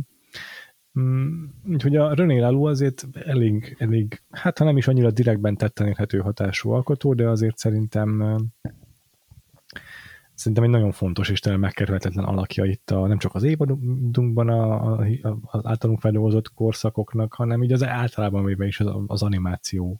[SPEAKER 1] Úgyhogy a René Laloux azért elég, elég, hát ha nem is annyira direktben tetten érhető hatású alkotó, de azért szerintem Szerintem egy nagyon fontos és tényleg megkerülhetetlen alakja itt a, nem csak az évadunkban a, a, az általunk feldolgozott korszakoknak, hanem így az általában véve is az, az animáció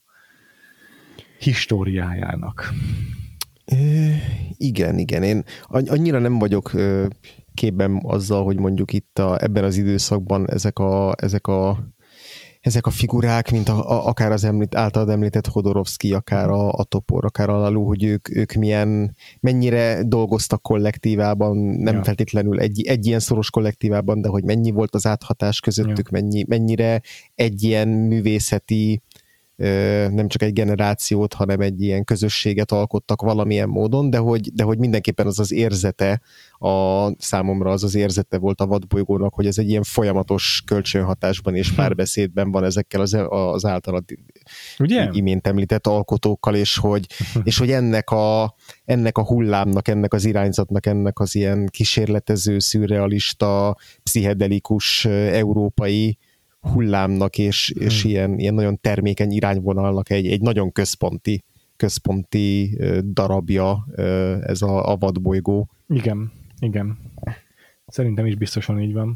[SPEAKER 1] históriájának.
[SPEAKER 2] É, igen, igen. Én annyira nem vagyok képben azzal, hogy mondjuk itt a, ebben az időszakban ezek a, ezek a ezek a figurák, mint a, a, akár az említ, általad említett Hodorowski, akár a, a Topor, akár a Laloux, hogy ők, ők milyen, mennyire dolgoztak kollektívában, nem ja. feltétlenül egy, egy ilyen szoros kollektívában, de hogy mennyi volt az áthatás közöttük, ja. mennyi, mennyire egy ilyen művészeti, nem csak egy generációt, hanem egy ilyen közösséget alkottak valamilyen módon, de hogy, de hogy mindenképpen az az érzete, a, számomra az az érzete volt a vadbolygónak, hogy ez egy ilyen folyamatos kölcsönhatásban és párbeszédben van ezekkel az, az általad Ugye? imént említett alkotókkal, és hogy, és hogy ennek, a, ennek a hullámnak, ennek az irányzatnak, ennek az ilyen kísérletező, szürrealista, pszichedelikus, európai hullámnak és, hmm. és ilyen, ilyen nagyon termékeny irányvonalnak egy, egy nagyon központi, központi darabja ez a, a vadbolygó.
[SPEAKER 1] Igen, igen. Szerintem is biztosan így van.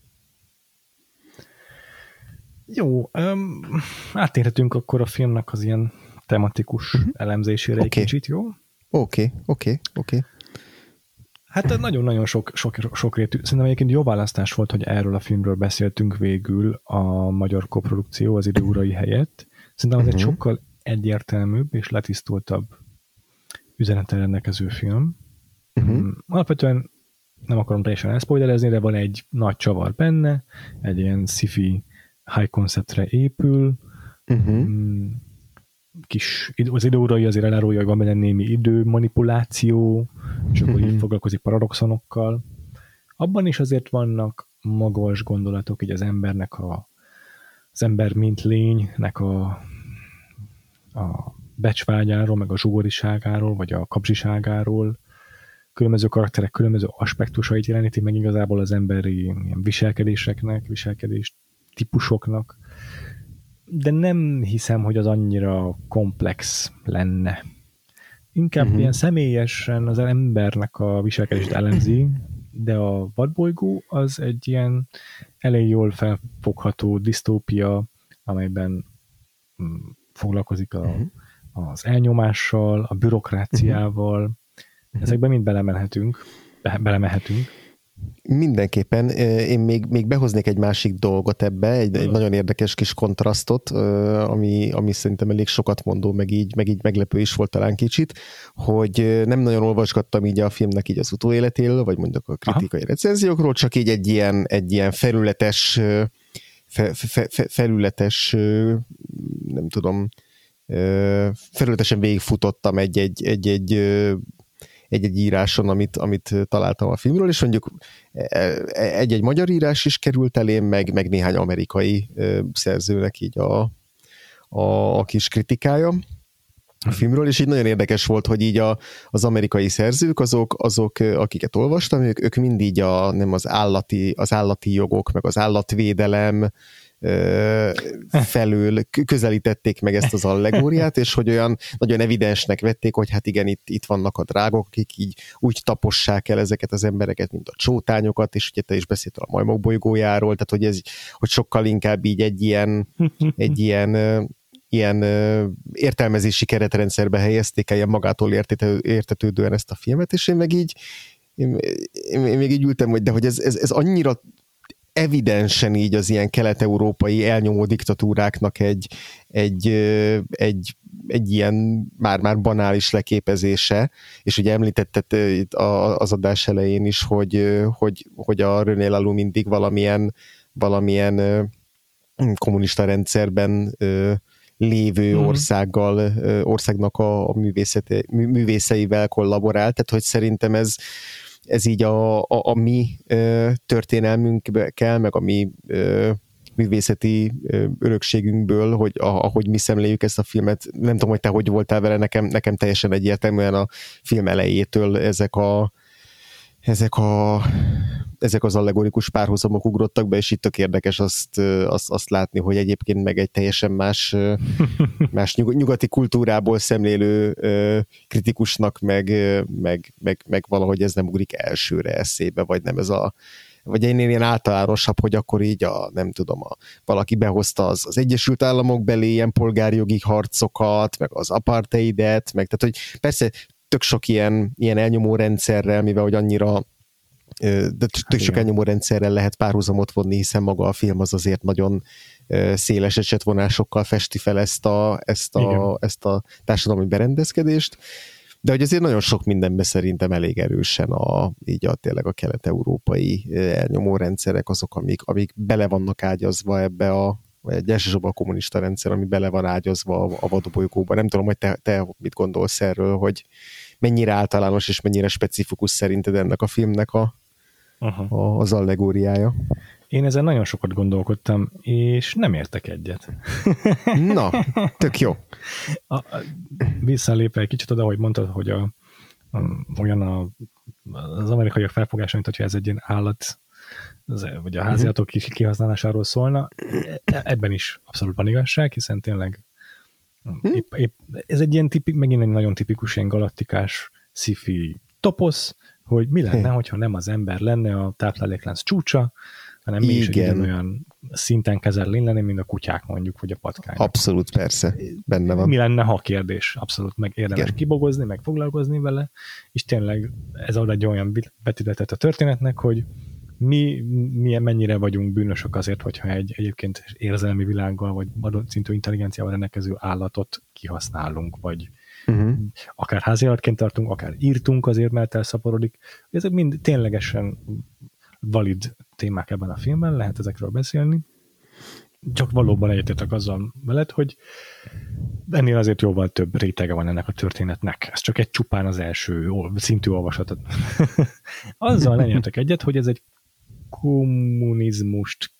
[SPEAKER 1] Jó, um, áttérhetünk akkor a filmnek az ilyen tematikus uh-huh. elemzésére okay. egy kicsit, jó?
[SPEAKER 2] Oké, okay, oké, okay, oké. Okay.
[SPEAKER 1] Hát nagyon-nagyon sok, sok, sok rétű. Szerintem egyébként jó választás volt, hogy erről a filmről beszéltünk végül a magyar koprodukció az Időurai helyett. Szerintem az uh-huh. egy sokkal egyértelműbb és letisztultabb üzenettel rendelkező film. Uh-huh. Alapvetően nem akarom teljesen elszpoilerezni, de van egy nagy csavar benne, egy ilyen sci-fi high conceptre épül. Uh-huh. kis, az időurai azért elárulja, hogy van benne némi időmanipuláció, és akkor így foglalkozik paradoxonokkal. Abban is azért vannak magas gondolatok, így az embernek a, az ember mint lénynek a, a becsvágyáról, meg a zsugoriságáról, vagy a kapzsiságáról, különböző karakterek különböző aspektusait jeleníti meg igazából az emberi ilyen viselkedéseknek, viselkedés típusoknak, de nem hiszem, hogy az annyira komplex lenne. Inkább uh-huh. ilyen személyesen az embernek a viselkedést elemzi, de a vadbolygó az egy ilyen elég jól felfogható disztópia, amelyben foglalkozik a, uh-huh. az elnyomással, a bürokráciával. Uh-huh. Ezekben mind belemenhetünk. Be, belemehetünk.
[SPEAKER 2] Mindenképpen. Én még, még behoznék egy másik dolgot ebbe, egy, egy nagyon érdekes kis kontrasztot, ami, ami szerintem elég sokat mondó, meg így, meg így meglepő is volt talán kicsit, hogy nem nagyon olvasgattam így a filmnek így az utóéletéről, vagy mondjuk a kritikai Aha. recenziókról, csak így egy ilyen, egy ilyen felületes, fe, fe, fe, felületes, nem tudom, felületesen végigfutottam egy-egy, egy-egy egy-egy íráson, amit, amit találtam a filmről, és mondjuk egy-egy magyar írás is került elém, meg, meg néhány amerikai szerzőnek így a, a, a kis kritikája a filmről, és így nagyon érdekes volt, hogy így a, az amerikai szerzők, azok, azok, akiket olvastam, ők, ők mind így a, nem az állati, az állati jogok, meg az állatvédelem felől közelítették meg ezt az allegóriát, és hogy olyan nagyon evidensnek vették, hogy hát igen, itt, itt vannak a drágok, akik így úgy tapossák el ezeket az embereket, mint a csótányokat, és ugye te is beszéltél a majmok bolygójáról, tehát hogy ez hogy sokkal inkább így egy ilyen, egy ilyen ilyen értelmezési keretrendszerbe helyezték el ilyen magától értetődően ezt a filmet, és én meg így én, én, én még így ültem, hogy de hogy ez, ez, ez annyira evidensen így az ilyen kelet-európai elnyomó diktatúráknak egy, egy, egy, egy ilyen már-már banális leképezése, és ugye említetted itt az adás elején is, hogy, hogy, hogy a René Laloux mindig valamilyen, valamilyen kommunista rendszerben lévő mm. országgal, országnak a, a művészeivel kollaborál, tehát hogy szerintem ez ez így a, a, a mi ö, történelmünkkel, meg a mi ö, művészeti ö, örökségünkből, hogy a, ahogy mi szemléljük ezt a filmet, nem tudom, hogy te hogy voltál vele, nekem, nekem teljesen egyértelműen a film elejétől ezek a ezek a ezek az allegorikus párhuzamok ugrottak be, és itt tök érdekes azt, azt, azt látni, hogy egyébként meg egy teljesen más, más nyugati kultúrából szemlélő kritikusnak meg, meg, meg, meg valahogy ez nem ugrik elsőre eszébe, vagy nem ez a vagy ennél ilyen általánosabb, hogy akkor így a, nem tudom, a, valaki behozta az, az Egyesült Államok belé ilyen polgárjogi harcokat, meg az apartheidet, meg tehát, hogy persze tök sok ilyen, ilyen elnyomó rendszerrel, mivel hogy annyira de tök sok elnyomó rendszerrel lehet párhuzamot vonni, hiszen maga a film az azért nagyon széles esetvonásokkal festi fel ezt a, ezt a, ezt a társadalmi berendezkedést, de hogy azért nagyon sok mindenben szerintem elég erősen a, így a tényleg a kelet-európai elnyomó rendszerek azok, amik, amik bele vannak ágyazva ebbe a, vagy elsősorban a kommunista rendszer, ami bele van ágyazva a, a vadbolygóba. Nem tudom, hogy te, te mit gondolsz erről, hogy mennyire általános és mennyire specifikus szerinted ennek a filmnek a, a, az allegóriája.
[SPEAKER 1] Én ezen nagyon sokat gondolkodtam, és nem értek egyet.
[SPEAKER 2] Na, tök jó.
[SPEAKER 1] A, a, visszalépve egy kicsit oda, hogy mondtad, hogy a, a, olyan a, az amerikaiak felfogása, mint hogyha ez egy ilyen állat, az, vagy a háziállatok uh-huh. kihasználásáról szólna. Ebben is abszolút van igazság, hiszen tényleg hmm. épp, épp, ez egy ilyen tipik, megint egy nagyon tipikus ilyen galaktikás sci-fi toposz, hogy mi lenne, hmm. hogyha nem az ember lenne a tápláléklánc csúcsa, hanem mi is egy olyan szinten kezel lény lenni, mint a kutyák mondjuk, vagy a patkányok.
[SPEAKER 2] Abszolút, persze, benne van.
[SPEAKER 1] Mi lenne, ha kérdés? Abszolút, meg érdemes Igen. kibogozni, meg foglalkozni vele, és tényleg ez ad egy olyan vetületet a történetnek, hogy mi, mi mennyire vagyunk bűnösök azért, hogyha egy egyébként érzelmi világgal, vagy adott szintű intelligenciával rendelkező állatot kihasználunk, vagy uh-huh. akár háziállatként tartunk, akár írtunk azért, mert elszaporodik. Ezek mind ténylegesen valid témák ebben a filmben, lehet ezekről beszélni. csak valóban egyetértek azzal mellett, hogy ennél azért jóval több rétege van ennek a történetnek. Ez csak egy csupán az első szintű olvasat. Azzal nem értek egyet, hogy ez egy kommunizmust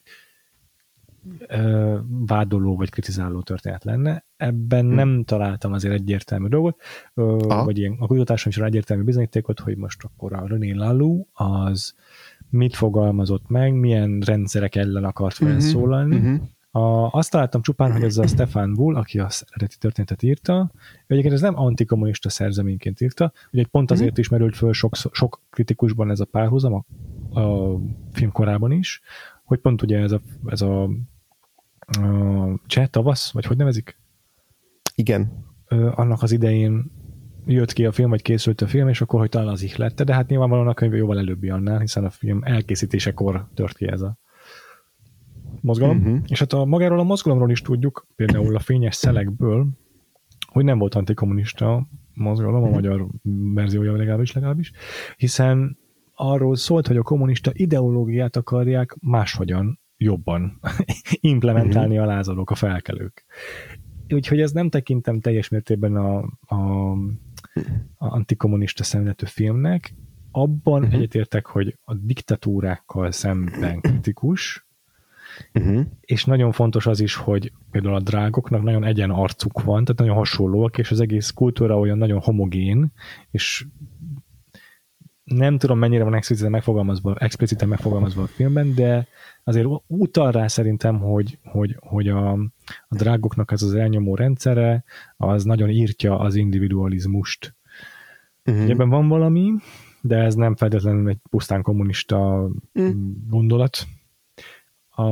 [SPEAKER 1] vádoló vagy kritizáló történet lenne. Ebben hmm. nem találtam azért egyértelmű dolgot, Aha. vagy ilyen a kutatáson is rá egyértelmű bizonyítékot, hogy most akkor a René Laloux az mit fogalmazott meg, milyen rendszerek ellen akart felszólalni. Uh-huh. A, azt találtam csupán, hogy ez a Stefan Bull, aki az eredeti történetet írta, egyébként ez nem antikommunista szerzeményként írta, ugye pont azért is merült föl sok, sok kritikusban ez a párhuzam a, a film korában is, hogy pont ugye ez a, ez a, a cseh tavasz, vagy hogy nevezik?
[SPEAKER 2] Igen.
[SPEAKER 1] Ö, annak az idején jött ki a film, vagy készült a film, és akkor, hogy talán az ihlette, de hát nyilvánvalóan a könyv jóval előbbi annál, hiszen a film elkészítésekor tört ki ez a mozgalom. Uh-huh. És hát a magáról a mozgalomról is tudjuk, például a Fényes Szelekből, hogy nem volt antikommunista mozgalom, a magyar verziója legalábbis, legalábbis, hiszen arról szólt, hogy a kommunista ideológiát akarják máshogyan, jobban implementálni a lázadók, a felkelők. Úgyhogy ez nem tekintem teljes mértékben a, a, a antikommunista szemletű filmnek. Abban uh-huh. egyetértek, hogy a diktatúrákkal szemben kritikus, uh-huh. és nagyon fontos az is, hogy például a drágoknak nagyon egyen arcuk van, tehát nagyon hasonlóak, és az egész kultúra olyan nagyon homogén, és nem tudom, mennyire van expliciten megfogalmazva, expliciten megfogalmazva a filmben, de azért utal rá szerintem, hogy, hogy, hogy a, a drágoknak ez az elnyomó rendszere, az nagyon írtja az individualizmust. Uh-huh. Ebben van valami, de ez nem feltétlenül egy pusztán kommunista uh-huh. gondolat. A,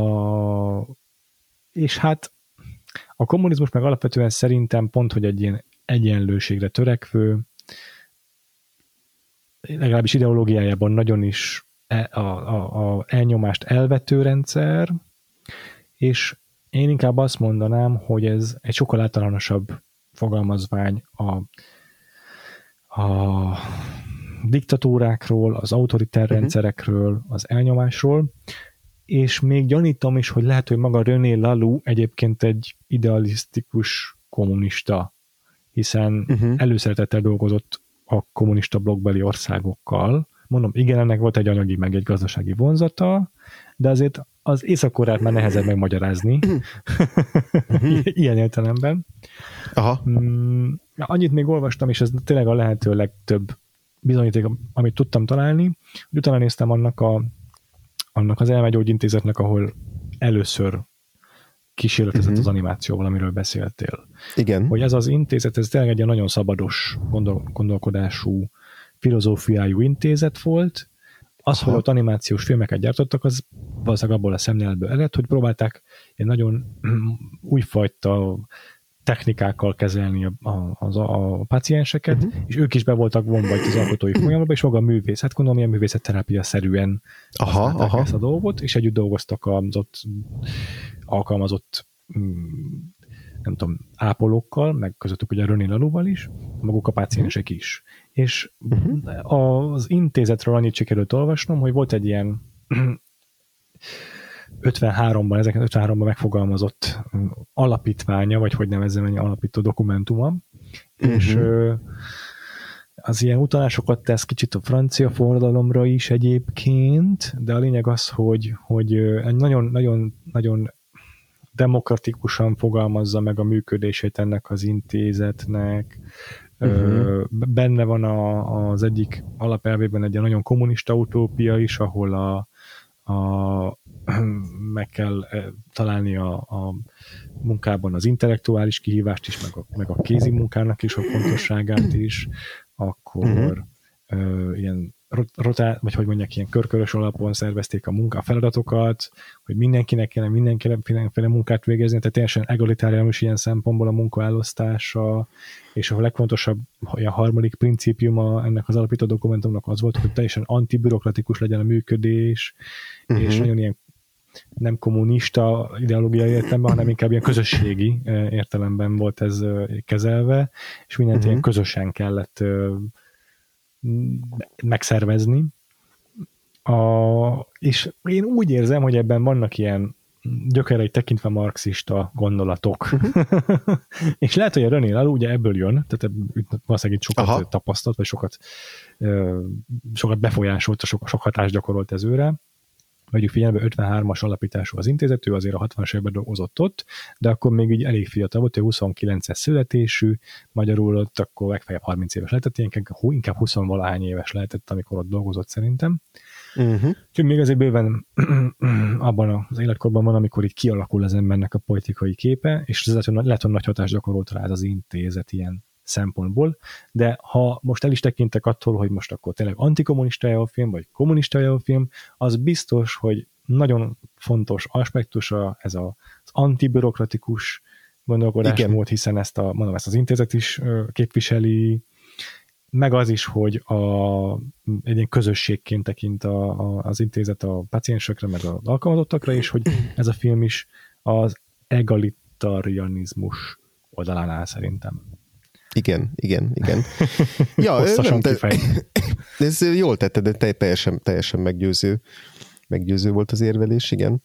[SPEAKER 1] és hát a kommunizmus meg alapvetően szerintem pont, hogy egy ilyen egyenlőségre törekvő, legalábbis ideológiájában nagyon is a, a, a elnyomást elvető rendszer, és én inkább azt mondanám, hogy ez egy sokkal általánosabb fogalmazvány a, a diktatúrákról, az autoritár uh-huh. rendszerekről, az elnyomásról, és még gyanítom is, hogy lehet, hogy maga René Laloux egyébként egy idealisztikus kommunista, hiszen uh-huh. előszeretettel dolgozott a kommunista blokkbeli országokkal. Mondom, igen, ennek volt egy anyagi, meg egy gazdasági vonzata, de azért az Észak-Koreát már nehezebb megmagyarázni. Ilyen értelemben. Aha. Mm, annyit még olvastam, és ez tényleg a lehető legtöbb bizonyíték, amit tudtam találni, hogy utána néztem annak, a, annak az elmegyógyintézetnek, ahol először kísérletezett uh-huh. az animációval, amiről beszéltél.
[SPEAKER 2] Igen.
[SPEAKER 1] Hogy ez az intézet, ez tényleg egy ilyen nagyon szabados gondol, gondolkodású, filozófiájú intézet volt. Az, Aha. hogy ott animációs filmeket gyártottak, az valószínűleg abból a szemléletből ered, hogy próbálták egy nagyon újfajta technikákkal kezelni a, a, a, a pacienseket, uh-huh. és ők is be voltak vonva itt az alkotói folyamatban, és maga a művész, hát gondolom, ilyen művészetterápia-szerűen használták ezt a dolgot, és együtt dolgoztak az ott alkalmazott nem tudom, ápolókkal, meg közöttük ugye René Lalouxval is, maguk a páciensek is. És uh-huh. az intézetről annyit sikerült olvasnom, hogy volt egy ilyen ötvenháromban, ezeket megfogalmazott alapítványa, vagy hogy nevezzem, egy alapító dokumentuma, uh-huh. és az ilyen utalásokat tesz kicsit a francia forradalomra is egyébként, de a lényeg az, hogy, hogy egy nagyon, nagyon, nagyon demokratikusan fogalmazza meg a működését ennek az intézetnek. Uh-huh. Benne van a, az egyik alapelvében egy nagyon kommunista utópia is, ahol a, a, meg kell találni a, a munkában az intellektuális kihívást is, meg a, meg a kézi munkának is a fontosságát is, akkor uh-huh. ö, ilyen rotál, vagy hogy mondják, ilyen körkörös alapon szervezték a munka, a feladatokat, hogy mindenkinek kellene mindenféle munkát végezni, tehát teljesen egalitáriánus ilyen szempontból a munkaelosztása, és a legfontosabb, a harmadik principiuma ennek az alapító dokumentumnak az volt, hogy teljesen antibürokratikus legyen a működés, uh-huh. és nagyon ilyen nem kommunista ideológiai értelemben, hanem inkább ilyen közösségi értelemben volt ez kezelve, és mindent uh-huh. ilyen közösen kellett megszervezni. A, és én úgy érzem, hogy ebben vannak ilyen gyökereit tekintve marxista gondolatok. Uh-huh. És lehet, hogy a René Laloux ugye ebből jön, tehát valószínűleg sokat Aha. tapasztalt, vagy sokat, sokat befolyásolt, sok, sok hatást gyakorolt ez őre. Vegyük figyelembe, ötvenhármas alapítású az intézet, ő azért a hatvanas években dolgozott ott, de akkor még így elég fiatal volt, ő huszonkilences születésű, magyarul ott akkor legfeljebb harminc éves lehetett, inkább húsz-valahány éves lehetett, amikor ott dolgozott szerintem. Uh-huh. Úgyhogy még azért bőven abban az életkorban van, amikor így kialakul az embernek a politikai képe, és ez lehet, hogy nagy hatást gyakorolt rá az intézet ilyen szempontból, de ha most el is tekintek attól, hogy most akkor tényleg antikommunistája a film, vagy kommunistája a film, az biztos, hogy nagyon fontos aspektusa ez a, az antibürokratikus gondolkodásmód, hiszen ezt, a, mondom, ezt az intézet is képviseli, meg az is, hogy a, egy ilyen közösségként tekint a, a, az intézet a paciensekre, meg az alkalmazottakra, és hogy ez a film is az egalitarianizmus oldalán áll szerintem.
[SPEAKER 2] Igen, igen, igen. Ja, nem, te, ez jól tetted, de te, teljesen, teljesen meggyőző, meggyőző volt az érvelés, igen.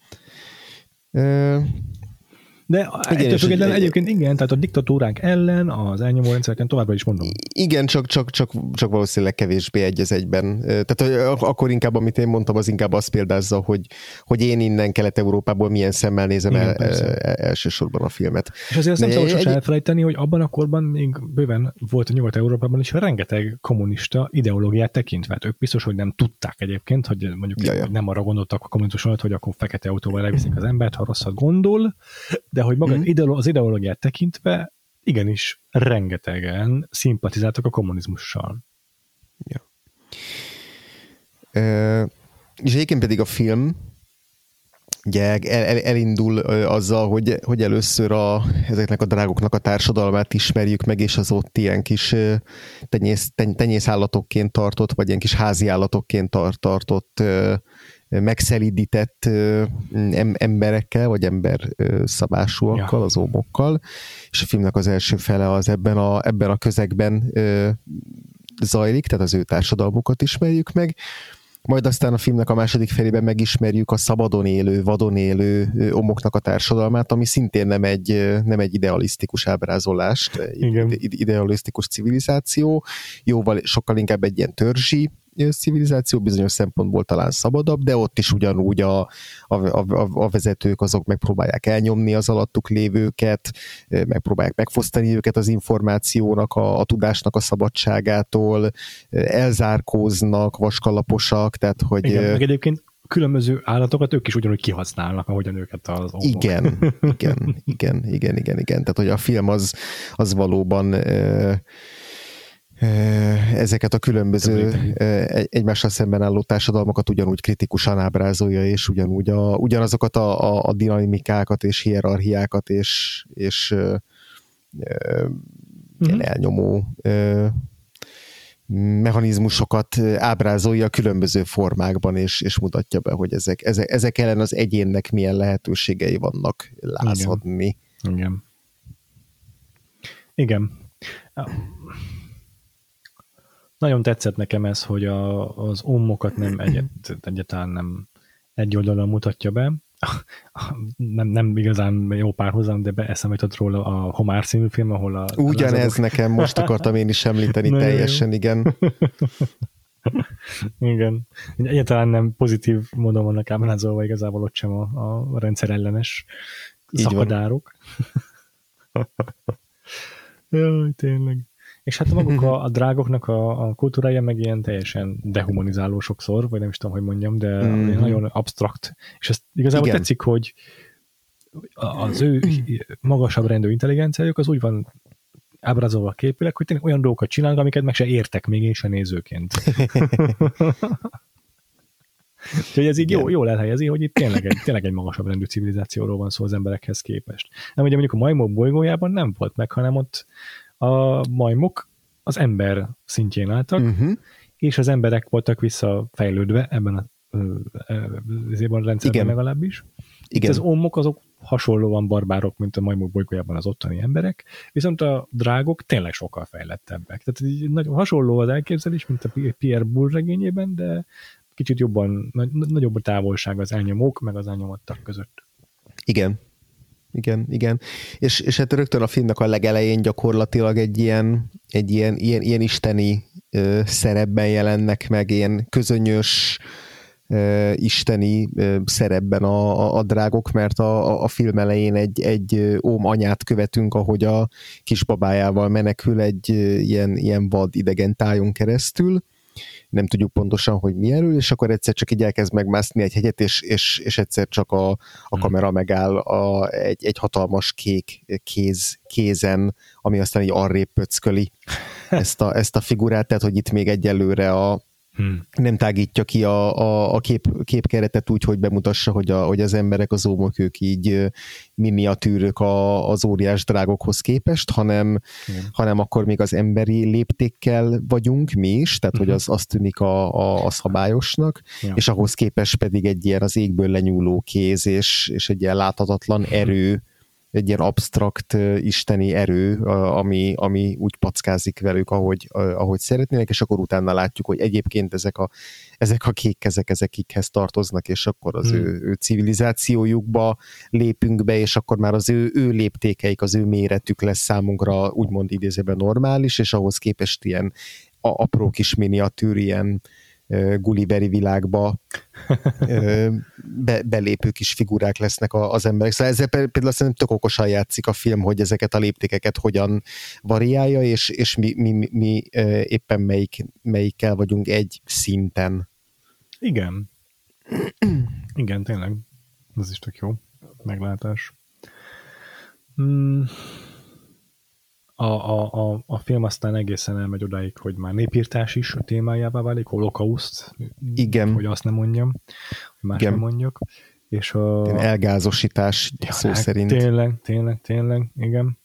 [SPEAKER 1] De ettől függetlenül egyébként igen, tehát a diktatúránk ellen, az elnyomó rendszereken továbbra is mondom.
[SPEAKER 2] Igen, csak, csak, csak, csak valószínűleg kevésbé egy az egyben. Tehát akkor inkább, amit én mondtam, az inkább azt példázza, hogy, hogy én innen Kelet-Európából milyen szemmel nézem igen, el, el, elsősorban a filmet.
[SPEAKER 1] És azért azt nem szabad sosem elfelejteni, hogy abban a korban még bőven volt a Nyugat-Európában is rengeteg kommunista ideológiát tekintve. Ők biztos, hogy nem tudták egyébként, hogy mondjuk Jaja. nem arra gondoltak a kommunizmus alatt, hogy akkor fekete autóval leviszik az embert, ha rosszat gondol, de hogy maga mm. az ideológiát tekintve igenis rengetegen szimpatizáltak a kommunizmussal.
[SPEAKER 2] Ja. E, és egyébként pedig a film ugye el, el, elindul azzal, hogy, hogy először a, ezeknek a drágoknak a társadalmát ismerjük meg, és az ott ilyen kis tenyész, ten, tenyészállatokként tartott, vagy ilyen kis házi állatokként tart, tartott megszelídített emberekkel, vagy ember szabásúakkal, ja. az ómokkal, és a filmnek az első fele az ebben a, ebben a közegben zajlik, tehát az ő társadalmukat ismerjük meg, majd aztán a filmnek a második felében megismerjük a szabadon élő, vadon élő omoknak a társadalmát, ami szintén nem egy, nem egy idealisztikus ábrázolást, egy idealisztikus civilizáció, jóval, sokkal inkább egy ilyen törzsi civilizáció, bizonyos szempontból talán szabadabb, de ott is ugyanúgy a, a, a, a vezetők azok megpróbálják elnyomni az alattuk lévőket, megpróbálják megfosztani őket az információnak, a, a tudásnak a szabadságától, elzárkóznak, vaskalaposak, tehát hogy...
[SPEAKER 1] Igen, meg egyébként különböző állatokat ők is ugyanúgy kihasználnak, ahogyan őket az omok.
[SPEAKER 2] Igen, igen, igen, igen, igen, igen. Tehát, hogy a film az, az valóban ezeket a különböző egymással szemben álló társadalmakat ugyanúgy kritikusan ábrázolja, és ugyanúgy a, ugyanazokat a, a, a dinamikákat és hierarchiákat és, és uh, uh, elnyomó uh, mechanizmusokat ábrázolja különböző formákban, és, és mutatja be, hogy ezek, ezek, ezek ellen az egyénnek milyen lehetőségei vannak lázadni.
[SPEAKER 1] Igen. Igen. Igen. Nagyon tetszett nekem ez, hogy a, az ommokat nem egyet, egyáltalán nem egy oldalon mutatja be. Nem, nem igazán jó párhuzam, de eszembe jutott róla a Homár című film, ahol a...
[SPEAKER 2] Ugyanez nekem, most akartam én is említeni teljesen, igen.
[SPEAKER 1] Igen. Egyáltalán nem pozitív módon vannak ábrázolva igazából ott sem a, a rendszer ellenes szakadárok. Jaj, tényleg. És hát maguk a, a drágoknak a, a kultúrája meg ilyen teljesen dehumanizáló sokszor, vagy nem is tudom, hogy mondjam, de mm-hmm. nagyon absztrakt. És ezt igazából igen. tetszik, hogy az ő magasabb rendű intelligenciájuk az úgy van ábrázolva képileg, hogy tényleg olyan dolgokat csinálnak, amiket meg se értek még én se nézőként. Úgyhogy ez így jó, jól elhelyezi, hogy itt tényleg egy, tényleg egy magasabb rendű civilizációról van szó az emberekhez képest. Nem, ugye mondjuk a majmok bolygójában nem volt meg, hanem ott a majmok az ember szintjén álltak, uh-huh. és az emberek voltak visszafejlődve ebben a, a rendszerben legalábbis. Igen. Az omok azok hasonlóan barbárok, mint a majmok bolygójában az ottani emberek, viszont a drágok tényleg sokkal fejlettebbek. Tehát így nagyon hasonló az elképzelés, mint a Pierre Boulle regényében, de kicsit jobban, nagy, nagyobb a távolság az elnyomók, meg az elnyomottak között.
[SPEAKER 2] Igen. Igen, igen. És, és hát rögtön a filmnek a legelején gyakorlatilag egy ilyen, egy ilyen, ilyen, ilyen isteni ö, szerepben jelennek meg, ilyen közönyös ö, isteni ö, szerepben a, a, a drágok, mert a, a film elején egy, egy óm anyát követünk, ahogy a kisbabájával menekül egy ö, ilyen, ilyen vad idegen tájon keresztül. Nem tudjuk pontosan, hogy mi erről, és akkor egyszer csak így elkezd megmászni egy hegyet, és, és, és egyszer csak a, a kamera megáll a, egy, egy hatalmas kék kéz, kézen, ami aztán így arrébb pöcköli ezt a, ezt a figurát, tehát hogy itt még egyelőre a, hmm. nem tágítja ki a, a, a kép, képkeretet úgy, hogy bemutassa, hogy, a, hogy az emberek, az ómok, ők így miniatűrök a, az óriás drágokhoz képest, hanem, hanem akkor még az emberi léptékkel vagyunk mi is, tehát uh-huh. hogy az, az tűnik a, a, a szabályosnak, ja. és ahhoz képest pedig egy ilyen az égből lenyúló kéz, és, és egy ilyen láthatatlan erő, egy ilyen absztrakt uh, isteni erő, uh, ami, ami úgy packázik velük, ahogy, uh, ahogy szeretnének, és akkor utána látjuk, hogy egyébként ezek a, ezek a kék kezek, ezek kikhez tartoznak, és akkor az hmm. ő, ő civilizációjukba lépünk be, és akkor már az ő, ő léptékeik, az ő méretük lesz számunkra úgymond idézőben normális, és ahhoz képest ilyen a, apró kis miniatűr, ilyen Gulliveri világba be, belépő kis figurák lesznek az emberek. Szóval ezzel például szerintem tök okosan játszik a film, hogy ezeket a léptékeket hogyan variálja, és, és mi, mi, mi éppen melyik, melyikkel vagyunk egy szinten.
[SPEAKER 1] Igen. Igen, tényleg. Ez is tök jó meglátás. Hmm. A, a, a, a film aztán egészen elmegy odáig, hogy már népírtás is a témájává válik, holokauszt,
[SPEAKER 2] igen.
[SPEAKER 1] hogy azt nem mondjam, hogy más igen. nem mondjak. És a...
[SPEAKER 2] elgázosítás ja, szó hát, szerint.
[SPEAKER 1] Tényleg, tényleg, tényleg, igen.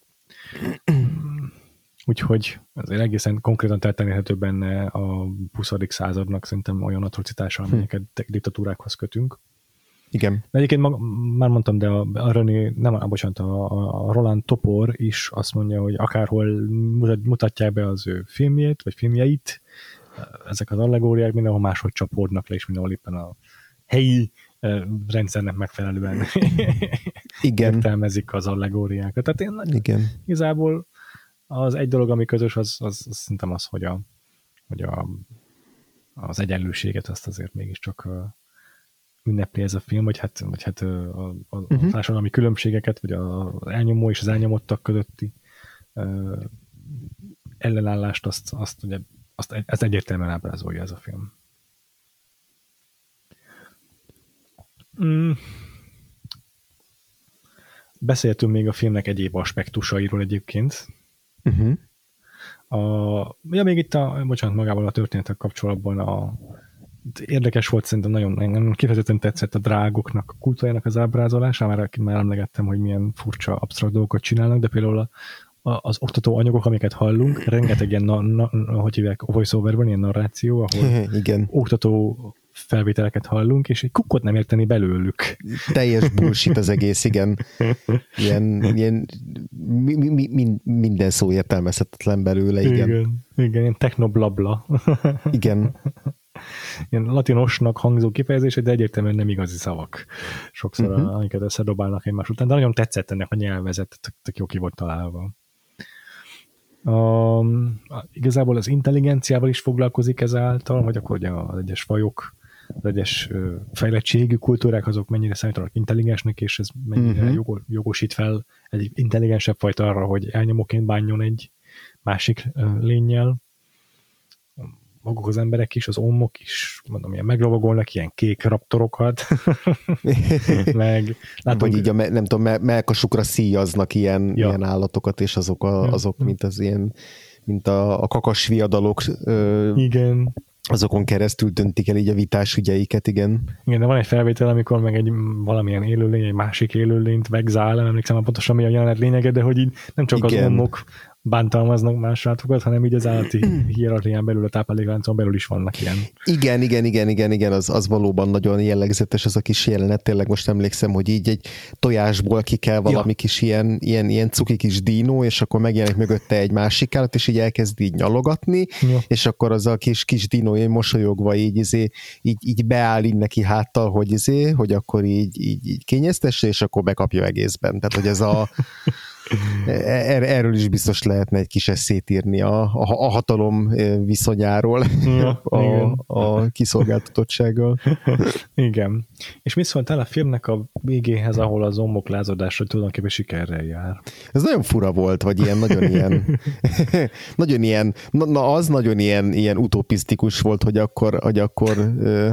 [SPEAKER 1] Úgyhogy azért egészen konkrétan tetten benne a huszadik századnak szerintem olyan atrocitása, amelyeket hm. diktatúrákhoz kötünk.
[SPEAKER 2] Igen.
[SPEAKER 1] De egyébként mag, már mondtam, de a, a René, nem, a, bocsánat, a, a Roland Topor is azt mondja, hogy akárhol mutatják be az ő filmjét, vagy filmjeit, ezek az allegóriák mindenhol máshogy csapódnak le, és mindenhol éppen a helyi rendszernek megfelelően
[SPEAKER 2] igen.
[SPEAKER 1] értelmezik az allegóriákat. Tehát én
[SPEAKER 2] igen.
[SPEAKER 1] igazából az egy dolog, ami közös, az, az, az szerintem az, hogy, a, hogy a, az egyenlőséget azt azért mégiscsak ünnepli ez a film, vagy hát, vagy hát a, a, a uh-huh. társadalmi különbségeket, vagy az elnyomó és az elnyomottak közötti uh, ellenállást, azt, azt, ugye, azt ez egyértelműen ábrázolja ez a film. Mm. Beszéltünk még a filmnek egyéb aspektusairól egyébként. Uh-huh. A, ja, még itt a, bocsánat, magával a történetek kapcsolatban a érdekes volt, szerintem nagyon, nagyon kifejezetten tetszett a drágoknak, a kultúrájának az ábrázolása, már, már emlegettem, hogy milyen furcsa, absztrakt dolgokat csinálnak, de például a, a, az oktató anyagok, amiket hallunk, rengeteg ilyen, na, na, hogy hívják, voice-overben, ilyen narráció, ahol
[SPEAKER 2] igen.
[SPEAKER 1] oktató felvételeket hallunk, és egy kukkot nem érteni belőlük.
[SPEAKER 2] Teljes bullshit az egész, igen. Ilyen, ilyen mi, mi, mi, minden szó értelmezhetetlen belőle, igen.
[SPEAKER 1] Igen, igen ilyen technoblabla.
[SPEAKER 2] Igen.
[SPEAKER 1] Ilyen latinosnak hangzó kifejezések, de egyértelműen nem igazi szavak. Sokszor, uh-huh. amiket összedobálnak egymás után, de nagyon tetszett ennek a nyelvezet, tök, tök jó ki volt találva. Um, igazából az intelligenciával is foglalkozik ezáltal, hogy akkor ugye az egyes fajok, az egyes uh, fejlettségű kultúrák, azok mennyire számítanak intelligensnek, és ez mennyire uh-huh. jogos, jogosít fel egy intelligensebb fajta arra, hogy elnyomóként bánjon egy másik uh, lénnyel. Maguk az emberek is, az ómok is, mondom, ilyen meglovagolnak ilyen kék raptorokat, meg látom,
[SPEAKER 2] vagy így a, nem tudom, me- melkasukra szíjaznak ilyen, ja. ilyen állatokat, és azok, a, azok ja. mint az ilyen, mint a, a kakas viadalok, ö,
[SPEAKER 1] igen.
[SPEAKER 2] azokon keresztül döntik el így a vitás ügyeiket, igen.
[SPEAKER 1] Igen, de van egy felvétel, amikor meg egy valamilyen élőlény, egy másik élőlényt vegzál, nem emlékszem pontosan mi a jelenet lényege, de hogy így nem csak igen. az ómok bántalmaznak más állatokat, hanem így az állati hierarchián belül, a táplálékláncon belül is vannak ilyen.
[SPEAKER 2] Igen, igen, igen, igen, igen, az, az valóban nagyon jellegzetes az a kis jelenet, tényleg most emlékszem, hogy így egy tojásból ki kell valami ja. kis ilyen, ilyen, ilyen cuki kis dínó, és akkor megjelenik mögötte egy másik állat, és így elkezd így nyalogatni, ja. és akkor az a kis, kis dínó így mosolyogva így, izé, így, így beáll így neki háttal, hogy, izé, hogy akkor így, így, így kényeztesse, és akkor bekapja egészben. Tehát, hogy ez a Er, erről is biztos lehetne egy kis eszét írni a, a, a hatalom viszonyáról, ja, a, a kiszolgáltatottsággal.
[SPEAKER 1] Igen. És mit szóltál a filmnek a végéhez, ahol a zombok lázadása tulajdonképpen sikerrel jár?
[SPEAKER 2] Ez nagyon fura volt, vagy ilyen nagyon ilyen nagyon ilyen, na, na az nagyon ilyen, ilyen utopisztikus volt, hogy akkor, hogy akkor ö,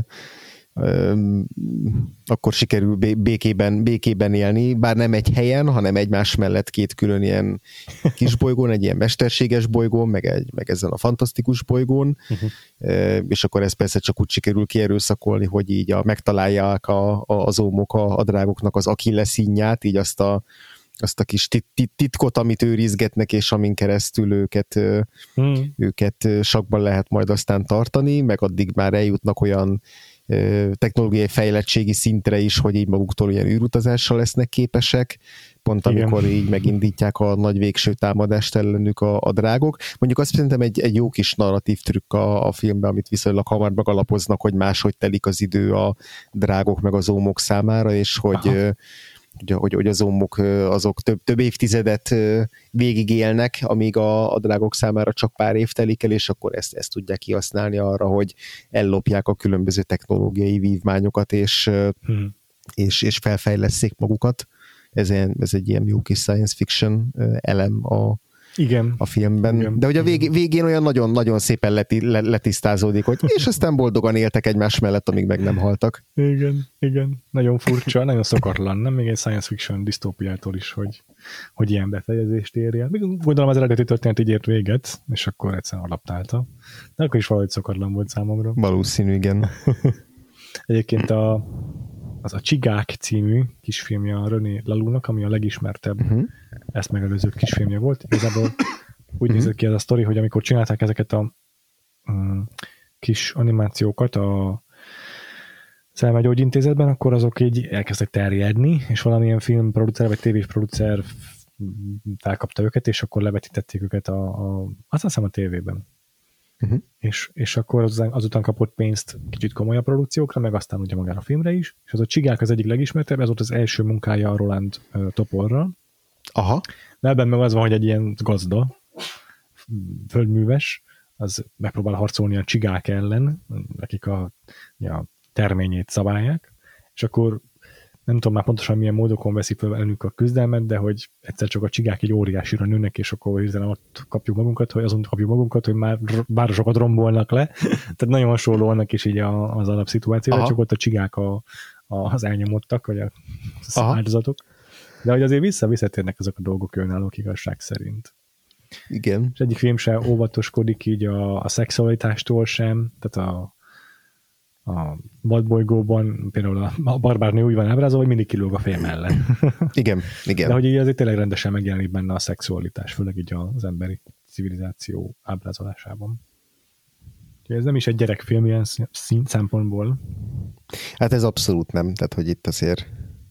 [SPEAKER 2] akkor sikerül békében, békében élni, bár nem egy helyen, hanem egymás mellett két külön ilyen kis bolygón, egy ilyen mesterséges bolygón, meg, egy, meg ezen a fantasztikus bolygón, uh-huh. és akkor ez persze csak úgy sikerül kierőszakolni, hogy így a, megtalálják a, a, az ómok a, a drágoknak az Achilleszínját, így azt a, azt a kis tit, tit, titkot, amit őrizgetnek, és amin keresztül őket, hmm. őket sakban lehet majd aztán tartani, meg addig már eljutnak olyan technológiai fejlettségi szintre is, hogy így maguktól ilyen űrutazással lesznek képesek, pont amikor igen. így megindítják a nagy végső támadást ellenük a, a drágok. Mondjuk azt szerintem egy, egy jó kis narratív trükk a, a filmben, amit viszonylag hamar megalapoznak, hogy máshogy telik az idő a drágok meg az ómok számára, és hogy Hogy, hogy, hogy az ómok azok több, több évtizedet végigélnek, amíg a, a drágok számára csak pár év telik el, és akkor ezt, ezt tudják kihasználni arra, hogy ellopják a különböző technológiai vívmányokat, és, hmm. és, és felfejlesszék magukat. Ez, ez egy ilyen jó kis science fiction elem a,
[SPEAKER 1] igen.
[SPEAKER 2] a filmben. Igen. De hogy a vég, végén olyan nagyon-nagyon szépen leti, letisztázódik, hogy és aztán boldogan éltek egymás mellett, amíg meg nem haltak.
[SPEAKER 1] Igen, igen. Nagyon furcsa, nagyon szokatlan, nem? Még egy science fiction disztópiától is, hogy, hogy ilyen befejezést érje. Gondolom az eredeti történet így ért véget, és akkor egyszerűen adaptálta. De akkor is valahogy szokatlan volt számomra.
[SPEAKER 2] Valószínű, igen.
[SPEAKER 1] Egyébként a az a Csigák című kisfilmje a René Lalunnak, ami a legismertebb uh-huh. ezt megelőző kisfilmje volt. Igazából úgy uh-huh. nézett ki ez a sztori, hogy amikor csinálták ezeket a um, kis animációkat a Szellemegyógyintézetben, akkor azok így elkezdtek terjedni, és valamilyen filmproducer vagy tévés producer felkapta őket, és akkor levetítették őket a, a azt hiszem a tévében. Uh-huh. És, és akkor azután kapott pénzt kicsit komolyabb produkciókra, meg aztán ugye magára a filmre is, és az a Csigák az egyik legismertebb, ez volt az első munkája a Roland uh, Toporral.
[SPEAKER 2] Aha.
[SPEAKER 1] De ebben meg az van, hogy egy ilyen gazda, földműves, az megpróbál harcolni a csigák ellen, akik a, a terményét szabálják, és akkor nem tudom már pontosan milyen módokon veszi fel ellenük a küzdelmet, de hogy egyszer csak a csigák egy óriásira nőnek, és akkor hirtelen ott kapjuk magunkat, hogy azon kapjuk magunkat, hogy már városokat rombolnak le. Tehát nagyon hasonló annak is így a, az alapszituációra, csak ott a csigák a, a, az elnyomottak, vagy a, az Aha. áldozatok. De hogy azért vissza-visszatérnek azok a dolgok önállók igazság szerint.
[SPEAKER 2] Igen.
[SPEAKER 1] És egyik film sem óvatoskodik így a, a szexualitástól sem, tehát a a vadbolygóban például a, a barbárnő úgy van ábrázolva, hogy mindig kilóg a feje mellett.
[SPEAKER 2] Igen, igen.
[SPEAKER 1] De hogy így azért tényleg rendesen megjelenik benne a szexualitás, főleg így az emberi civilizáció ábrázolásában. Ez nem is egy gyerekfilm ilyen szempontból.
[SPEAKER 2] Hát ez abszolút nem, tehát hogy itt azért...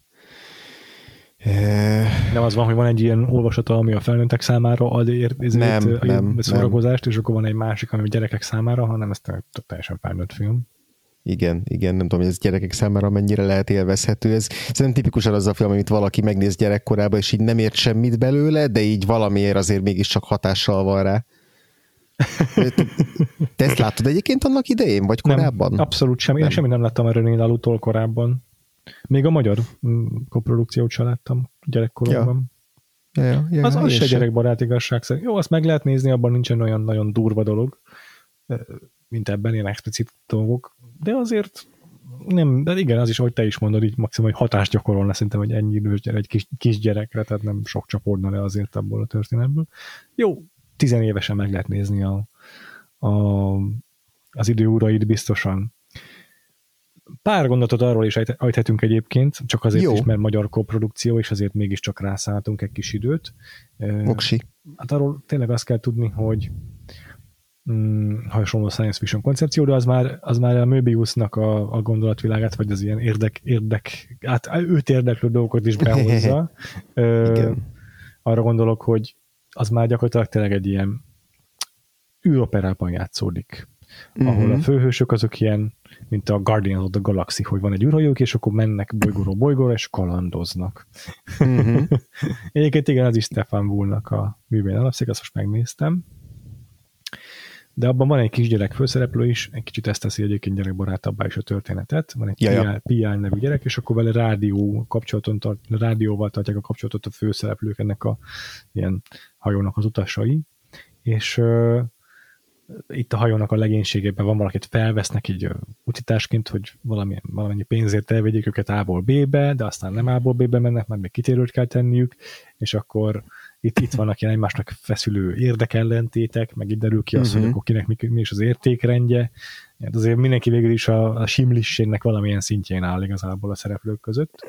[SPEAKER 1] Nem az van, hogy van egy ilyen olvasata, ami a felnőttek számára ad
[SPEAKER 2] nem,
[SPEAKER 1] a
[SPEAKER 2] nem,
[SPEAKER 1] szórakozást,
[SPEAKER 2] nem.
[SPEAKER 1] és akkor van egy másik, ami a gyerekek számára, hanem ez teljesen felnőtt film.
[SPEAKER 2] Igen, igen, nem tudom, hogy ez gyerekek számára mennyire lehet élvezhető. Ez szerintem tipikusan az a film, amit valaki megnéz gyerekkorában, és így nem ért semmit belőle, de így valamiért azért mégiscsak hatással van rá. Te ezt láttad egyébként annak idején, vagy korábban?
[SPEAKER 1] Nem, abszolút semmi. Én semmi nem láttam a René Lalutól korábban. Még a magyar koprodukciót sem láttam gyerekkoromban.
[SPEAKER 2] Ja. Ja, ja, ja,
[SPEAKER 1] az az se gyerekbarát igazság szerint. Jó, azt meg lehet nézni, abban nincsen olyan nagyon durva dolog, mint ebben ilyen explicit dolgok, de azért nem, de igen, az is, ahogy te is mondod, így maximum, hogy hatást gyakorolna szerintem, hogy ennyi idős gyerek, egy kis, kis gyerekre, tehát nem sok csapódna le azért abból a történetből. Jó, tizenévesen meg lehet nézni a, a, az idő urait biztosan. Pár gondolatot arról is ejthetünk egyébként, csak azért Jó. is, mert magyar koprodukció, és azért mégiscsak rászálltunk egy kis időt.
[SPEAKER 2] Oksi.
[SPEAKER 1] Hát arról tényleg azt kell tudni, hogy mm, hasonló science fiction koncepció, de az már, az már a Möbiusnak a, a gondolatvilágát, vagy az ilyen érdek, érdek hát őt érdeklő dolgokat is behozza. Ö, arra gondolok, hogy az már gyakorlatilag tényleg egy ilyen űroperában játszódik, mm-hmm. ahol a főhősök azok ilyen, mint a Guardians of the Galaxy, hogy van egy űrhajók, és akkor mennek bolygóról bolygóra, és kalandoznak. Mm-hmm. Egyébként igen, az is Stefan Bullnak a művén alapszik, azt most megnéztem. De abban van egy kisgyerek főszereplő is, egy kicsit ezt teszi egyébként gyerekbarátabbá is a történetet. Van egy ja, Piál nevű gyerek, és akkor vele rádió kapcsolaton tart, rádióval tartják a kapcsolatot a főszereplők, ennek a ilyen hajónak az utasai. És uh, itt a hajónak a legénységében van valakit felvesznek így uh, utitásként, hogy valami, valamennyi pénzért elvegyék őket A-ból B-be, de aztán nem A-ból B-be mennek, mert még kitérőt kell tenniük, és akkor Itt, itt vannak ilyen egymásnak feszülő érdekellentétek, meg itt derül ki az, uh-huh. hogy akkor kinek mi, mi is az értékrendje. Hát azért mindenki végül is a, a simlisségnek valamilyen szintjén áll igazából a szereplők között.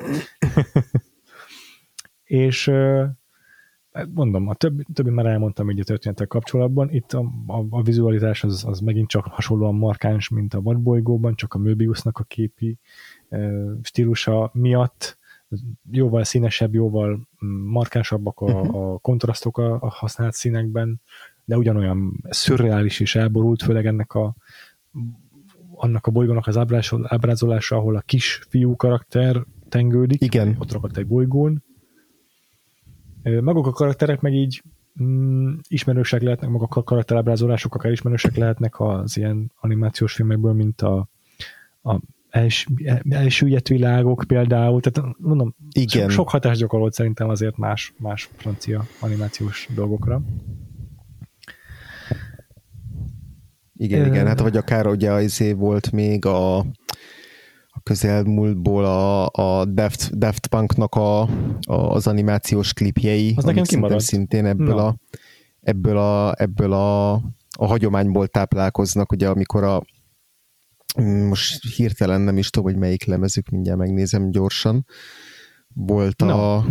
[SPEAKER 1] És mondom, a többi, többi már elmondtam így a történetek kapcsolatban. Itt a, a, a vizualizás az, az megint csak hasonlóan markáns, mint a vadbolygóban, csak a Möbiusnak a képi stílusa miatt jóval színesebb, jóval markánsabbak a, uh-huh. a kontrasztok a, a használt színekben, de ugyanolyan szürreális és elborult, főleg ennek a annak a bolygónak az ábrázolása, ahol a kis fiú karakter tengődik,
[SPEAKER 2] igen.
[SPEAKER 1] Ott ragadt egy bolygón. Maguk a karakterek meg így mm, ismerősek lehetnek, maguk a karakterábrázolások akár ismerősek lehetnek az ilyen animációs filmekből, mint a, a Els, elsüllyedt világok például, tehát mondom,
[SPEAKER 2] igen.
[SPEAKER 1] Sok, sok hatást gyakorolt szerintem azért más, más francia animációs dolgokra.
[SPEAKER 2] Igen, uh, igen, hát vagy akár ugye az volt még a, a közelmúltból a, a Daft, Daft Punknak a, a, az animációs klipjei,
[SPEAKER 1] az nekem kimaradt.
[SPEAKER 2] Szintén ebből, a, ebből, a, ebből a, a hagyományból táplálkoznak, ugye amikor a most hirtelen nem is tudom, hogy melyik lemezük, mindjárt megnézem gyorsan. Volt a, no.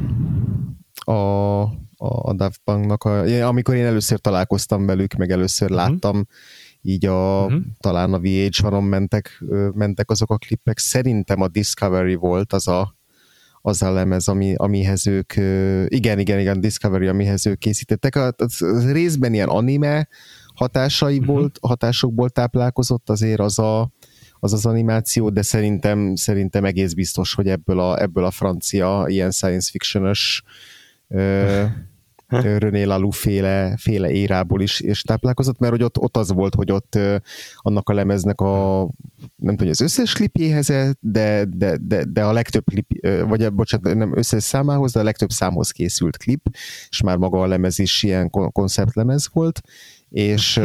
[SPEAKER 2] a, a Daft Punknak, a, amikor én először találkoztam velük, meg először uh-huh. láttam, így a, uh-huh. talán a vé há egy-on mentek, mentek azok a klippek. Szerintem a Discovery volt az a, az a lemez, ami, amihez ők, igen, igen, igen, Discovery, amihez ők készítettek. Az, az részben ilyen anime hatásaiból, uh-huh. hatásokból táplálkozott azért az a az az animáció, de szerintem, szerintem egész biztos, hogy ebből a, ebből a francia ilyen science fiction-ös ö, René Laloux féle, féle érából is és táplálkozott, mert hogy ott, ott az volt, hogy ott ö, annak a lemeznek a nem tudom, az összes klipjéhez, de, de, de, de a legtöbb klip, vagy bocsánat, nem összes számához, de a legtöbb számhoz készült klip, és már maga a lemez is ilyen konceptlemez volt, és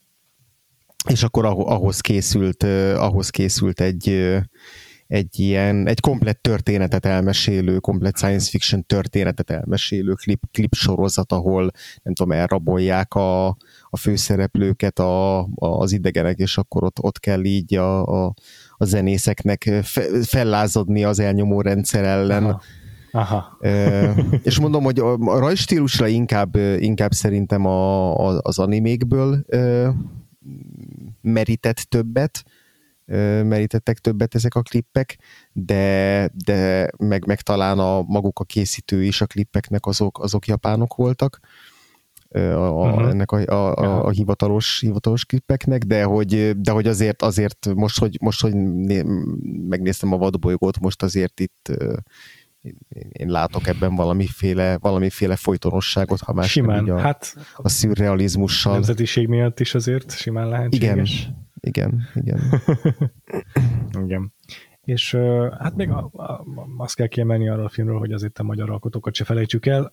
[SPEAKER 2] és akkor ahhoz készült, ahhoz készült egy, egy ilyen, egy komplett történetet elmesélő, komplett science fiction történetet elmesélő klip, klip sorozat, ahol nem tudom, elrabolják a, a főszereplőket a, a, az idegenek, és akkor ott, ott kell így a, a, a zenészeknek fe, fellázadni az elnyomó rendszer ellen.
[SPEAKER 1] Aha. Aha.
[SPEAKER 2] E, és mondom, hogy a rajstílusra inkább, inkább szerintem a, a, az animékből e, merített többet, merítettek többet ezek a klippek, de, de meg, meg talán a maguk a készítői is a klippeknek azok, azok japánok voltak, a, uh-huh. ennek a, a, a, a hivatalos, hivatalos klippeknek, de hogy, de hogy azért, azért most, hogy, most, hogy megnéztem a vadbolygót, most azért itt én látok ebben valamiféle, valamiféle folytonosságot, ha más
[SPEAKER 1] simán,
[SPEAKER 2] a,
[SPEAKER 1] hát
[SPEAKER 2] a szürrealizmussal.
[SPEAKER 1] Nemzetiség miatt is azért simán lehetséges.
[SPEAKER 2] Igen, igen,
[SPEAKER 1] igen. igen. És hát még a, a, azt kell kiemelni arra a filmről, hogy azért a magyar alkotókat se felejtsük el.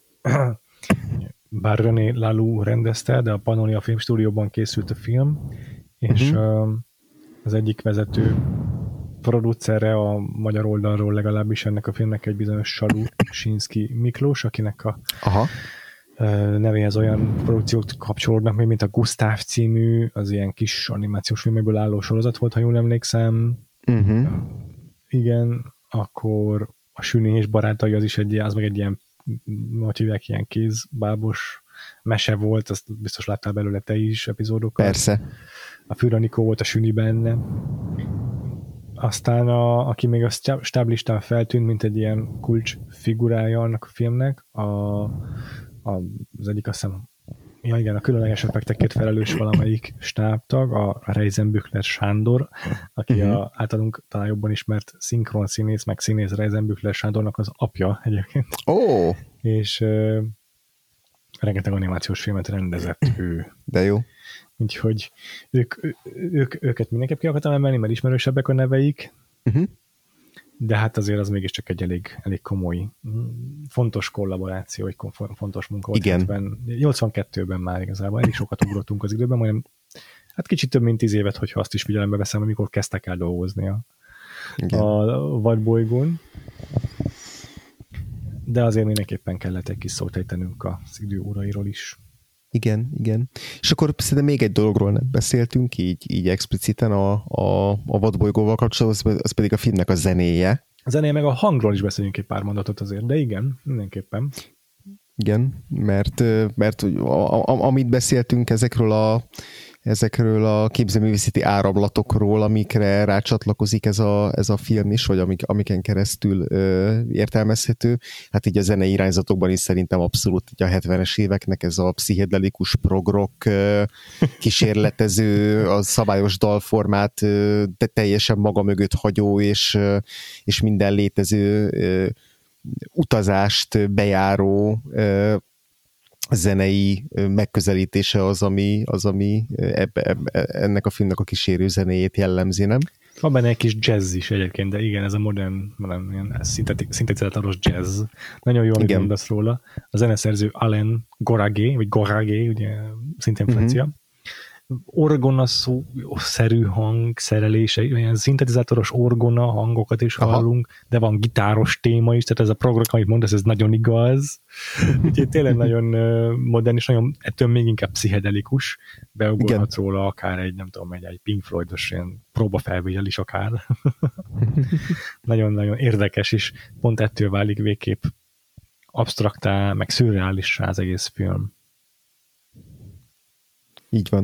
[SPEAKER 1] Bár René Laloux rendezte, de a Pannonia Filmstúdióban készült a film, és uh-huh. az egyik vezető producere a magyar oldalról legalábbis ennek a filmnek egy bizonyos Salu Sinszky Miklós, akinek a
[SPEAKER 2] Aha.
[SPEAKER 1] nevéhez olyan produkciók kapcsolódnak, mint a Gustav című, az ilyen kis animációs filmekből álló sorozat volt, ha jól emlékszem. Uh-huh. igen, akkor a Süni és barátai az is egy, az meg egy ilyen, hogy hívják, ilyen kézbábos mese volt, azt biztos láttál belőle te is epizódokat.
[SPEAKER 2] Persze.
[SPEAKER 1] A Füranikó volt a Süni benne. Aztán a, aki még a stáblistán feltűnt, mint egy ilyen kulcs figurája annak a filmnek, a, a, az egyik azt hiszem, ja igen, a különleges effektekért felelős valamelyik stábtag, a Reisenbüchler Sándor, aki uh-huh. a általunk talán jobban ismert szinkron színész, meg színész Reisenbüchler Sándornak az apja egyébként.
[SPEAKER 2] Ó! Oh.
[SPEAKER 1] És uh, rengeteg animációs filmet rendezett ő.
[SPEAKER 2] De jó.
[SPEAKER 1] Úgyhogy ők, ők, őket mindenképp ki akartam emelni, mert ismerősebbek a neveik, uh-huh. de hát azért az mégiscsak egy elég, elég komoly, fontos kollaboráció, egy fontos munka volt.
[SPEAKER 2] Igen.
[SPEAKER 1] nyolcvankettőben már igazából elég sokat ugrottunk az időben, majdnem, hát kicsit több mint tíz évet, hogyha azt is figyelembe veszem, amikor kezdtek el dolgozni a, a vadbolygón. De azért mindenképpen kellett egy kis szót ejtenünk az idő órairól is.
[SPEAKER 2] Igen, igen. És akkor szerintem még egy dologról nem beszéltünk, így, így expliciten a, a, a vadbolygóval kapcsolatban, az pedig a filmnek a zenéje.
[SPEAKER 1] A zenéje meg a hangról is beszéljünk egy pár mondatot azért, de igen, mindenképpen.
[SPEAKER 2] Igen, mert, mert a, a, amit beszéltünk ezekről a ezekről a képzőművészeti áramlatokról, amikre rácsatlakozik ez a, ez a film is, vagy amik, amiken keresztül ö, értelmezhető. Hát így a zenei irányzatokban is szerintem abszolút így a hetvenes éveknek ez a pszichedelikus prog-rock ö, kísérletező, a szabályos dalformát ö, de teljesen maga mögött hagyó, és, ö, és minden létező ö, utazást bejáró ö, zenei megközelítése az, ami, az, ami ebbe, ebbe, ennek a filmnek a kísérő zenéjét jellemzi, nem?
[SPEAKER 1] Van benne egy kis jazz is egyébként, de igen, ez a modern, modern ilyen szintetizátoros jazz. Nagyon jól mondasz róla. A zeneszerző Alain Goragé, vagy Goragé, ugye szintén francia. Uh-huh. Orgona-szerű hang szerelése, olyan szintetizátoros orgona hangokat is Aha. hallunk, de van gitáros téma is, tehát ez a program, amit mondasz, ez nagyon igaz. Úgyhogy tényleg nagyon modern, és nagyon ettől még inkább pszichedelikus. Beugorhatsz róla akár egy, nem tudom, egy, egy Pink Floydos ilyen próbafelvétel is akár. Nagyon-nagyon érdekes, és pont ettől válik végképp absztraktá, meg szürreálissá az egész film.
[SPEAKER 2] Így van.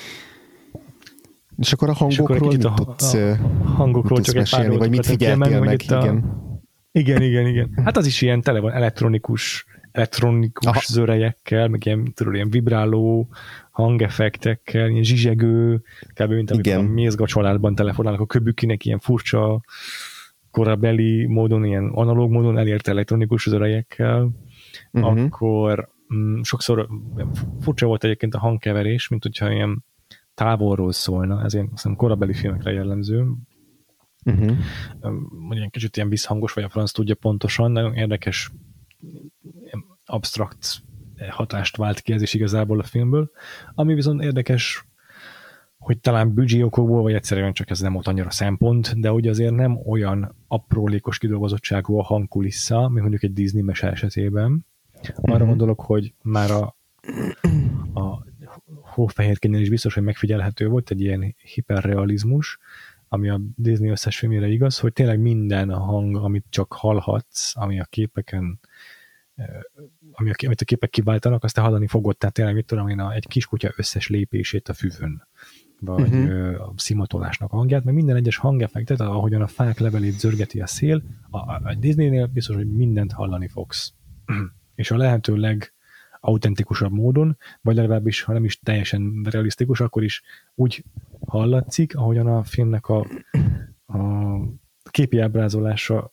[SPEAKER 2] És akkor a hangokról
[SPEAKER 1] akkor
[SPEAKER 2] mit
[SPEAKER 1] a,
[SPEAKER 2] tudsz,
[SPEAKER 1] a hangokról csak egy pár
[SPEAKER 2] vagy mit figyeltél meg, igen.
[SPEAKER 1] Igen, igen, igen. Hát az is ilyen tele van elektronikus, elektronikus Aha. zörejekkel, meg ilyen, tudod, ilyen vibráló hangeffektekkel, ilyen zsizsegő, kb. Mint amikor a Mézga családban telefonálnak a köbükinek, ilyen furcsa korabeli módon, ilyen analóg módon elért elektronikus zörejekkel, uh-huh. akkor mm, sokszor furcsa volt egyébként a hangkeverés, mint hogyha ilyen távolról szólna, ez ilyen azt korabeli filmekre jellemző. Uh-huh. Ilyen kicsit ilyen visszhangos, vagy a franc tudja pontosan, nagyon érdekes, absztrakt hatást vált ki ez is igazából a filmből. Ami viszont érdekes, hogy talán büdzsé okokból, vagy egyszerűen csak ez nem volt annyira szempont, de ugye azért nem olyan aprólékos kidolgozottságú a hangkulissza, mint mondjuk egy Disney mese esetében. Arra uh-huh. gondolok, hogy már a, a Hófehérkénél is biztos, hogy megfigyelhető volt egy ilyen hiperrealizmus, ami a Disney összes filmjére igaz, hogy tényleg minden hang, amit csak hallhatsz, ami a képeken, ami a, amit a képek kiváltanak, azt te hallani fogod, tehát tényleg mit tudom én, a, egy kiskutya összes lépését a füvön, vagy uh-huh. a szimatolásnak a hangját, meg minden egyes hangeffektet, ahogyan a fák levelét zörgeti a szél, a, a Disneynél biztos, hogy mindent hallani fogsz. És a lehető leg autentikusabb módon, vagy legalábbis, ha nem is teljesen realisztikus, akkor is úgy hallatszik, ahogyan a filmnek a, a képi ábrázolása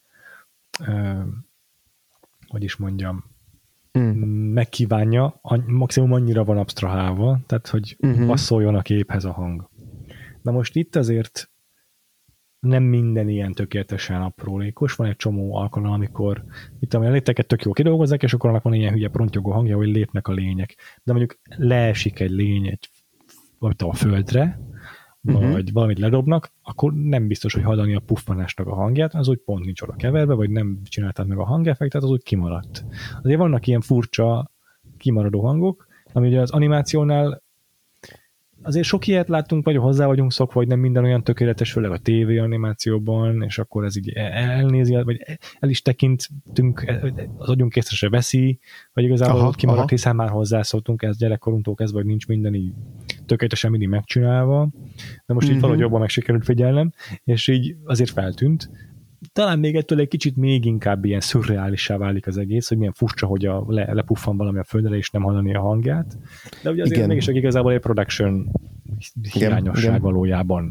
[SPEAKER 1] eh, hogy is mondjam, mm. megkívánja, maximum annyira van absztrahálva, tehát, hogy mm-hmm. passzoljon a képhez a hang. Na most itt azért nem minden ilyen tökéletesen aprólékos, van egy csomó alkalom, amikor itt a léteket tök jól kidolgozzák, és akkor annak van ilyen hülye prontyogó hangja, hogy lépnek a lények. De mondjuk leesik egy lény egy, a földre, uh-huh. vagy valamit ledobnak, akkor nem biztos, hogy hallani a puffanásnak a hangját, az úgy pont nincs oda keverve, vagy nem csináltad meg a hangeffektet, az úgy kimaradt. Azért vannak ilyen furcsa, kimaradó hangok, ami ugye az animációnál azért sok ilyet láttunk, vagy hozzá vagyunk szokva, hogy nem minden olyan tökéletes, főleg a tévé animációban, és akkor ez így elnézi, vagy el is tekintünk, az agyunk észre se veszi, vagy igazából aha, ott kimaradt, hiszen már hozzászóltunk, ez gyerekkorunktól kezdve, vagy nincs minden így tökéletesen mindig megcsinálva, de most mm-hmm. így valahogy jobban meg sikerült figyelnem, és így azért feltűnt. Talán még ettől egy kicsit még inkább ilyen szürreálissá válik az egész, hogy milyen furcsa, hogy a, le, lepuffan valami a földre, és nem hallani a hangját. De ugye azért igen. mégis igazából egy production hiányosság igen. valójában.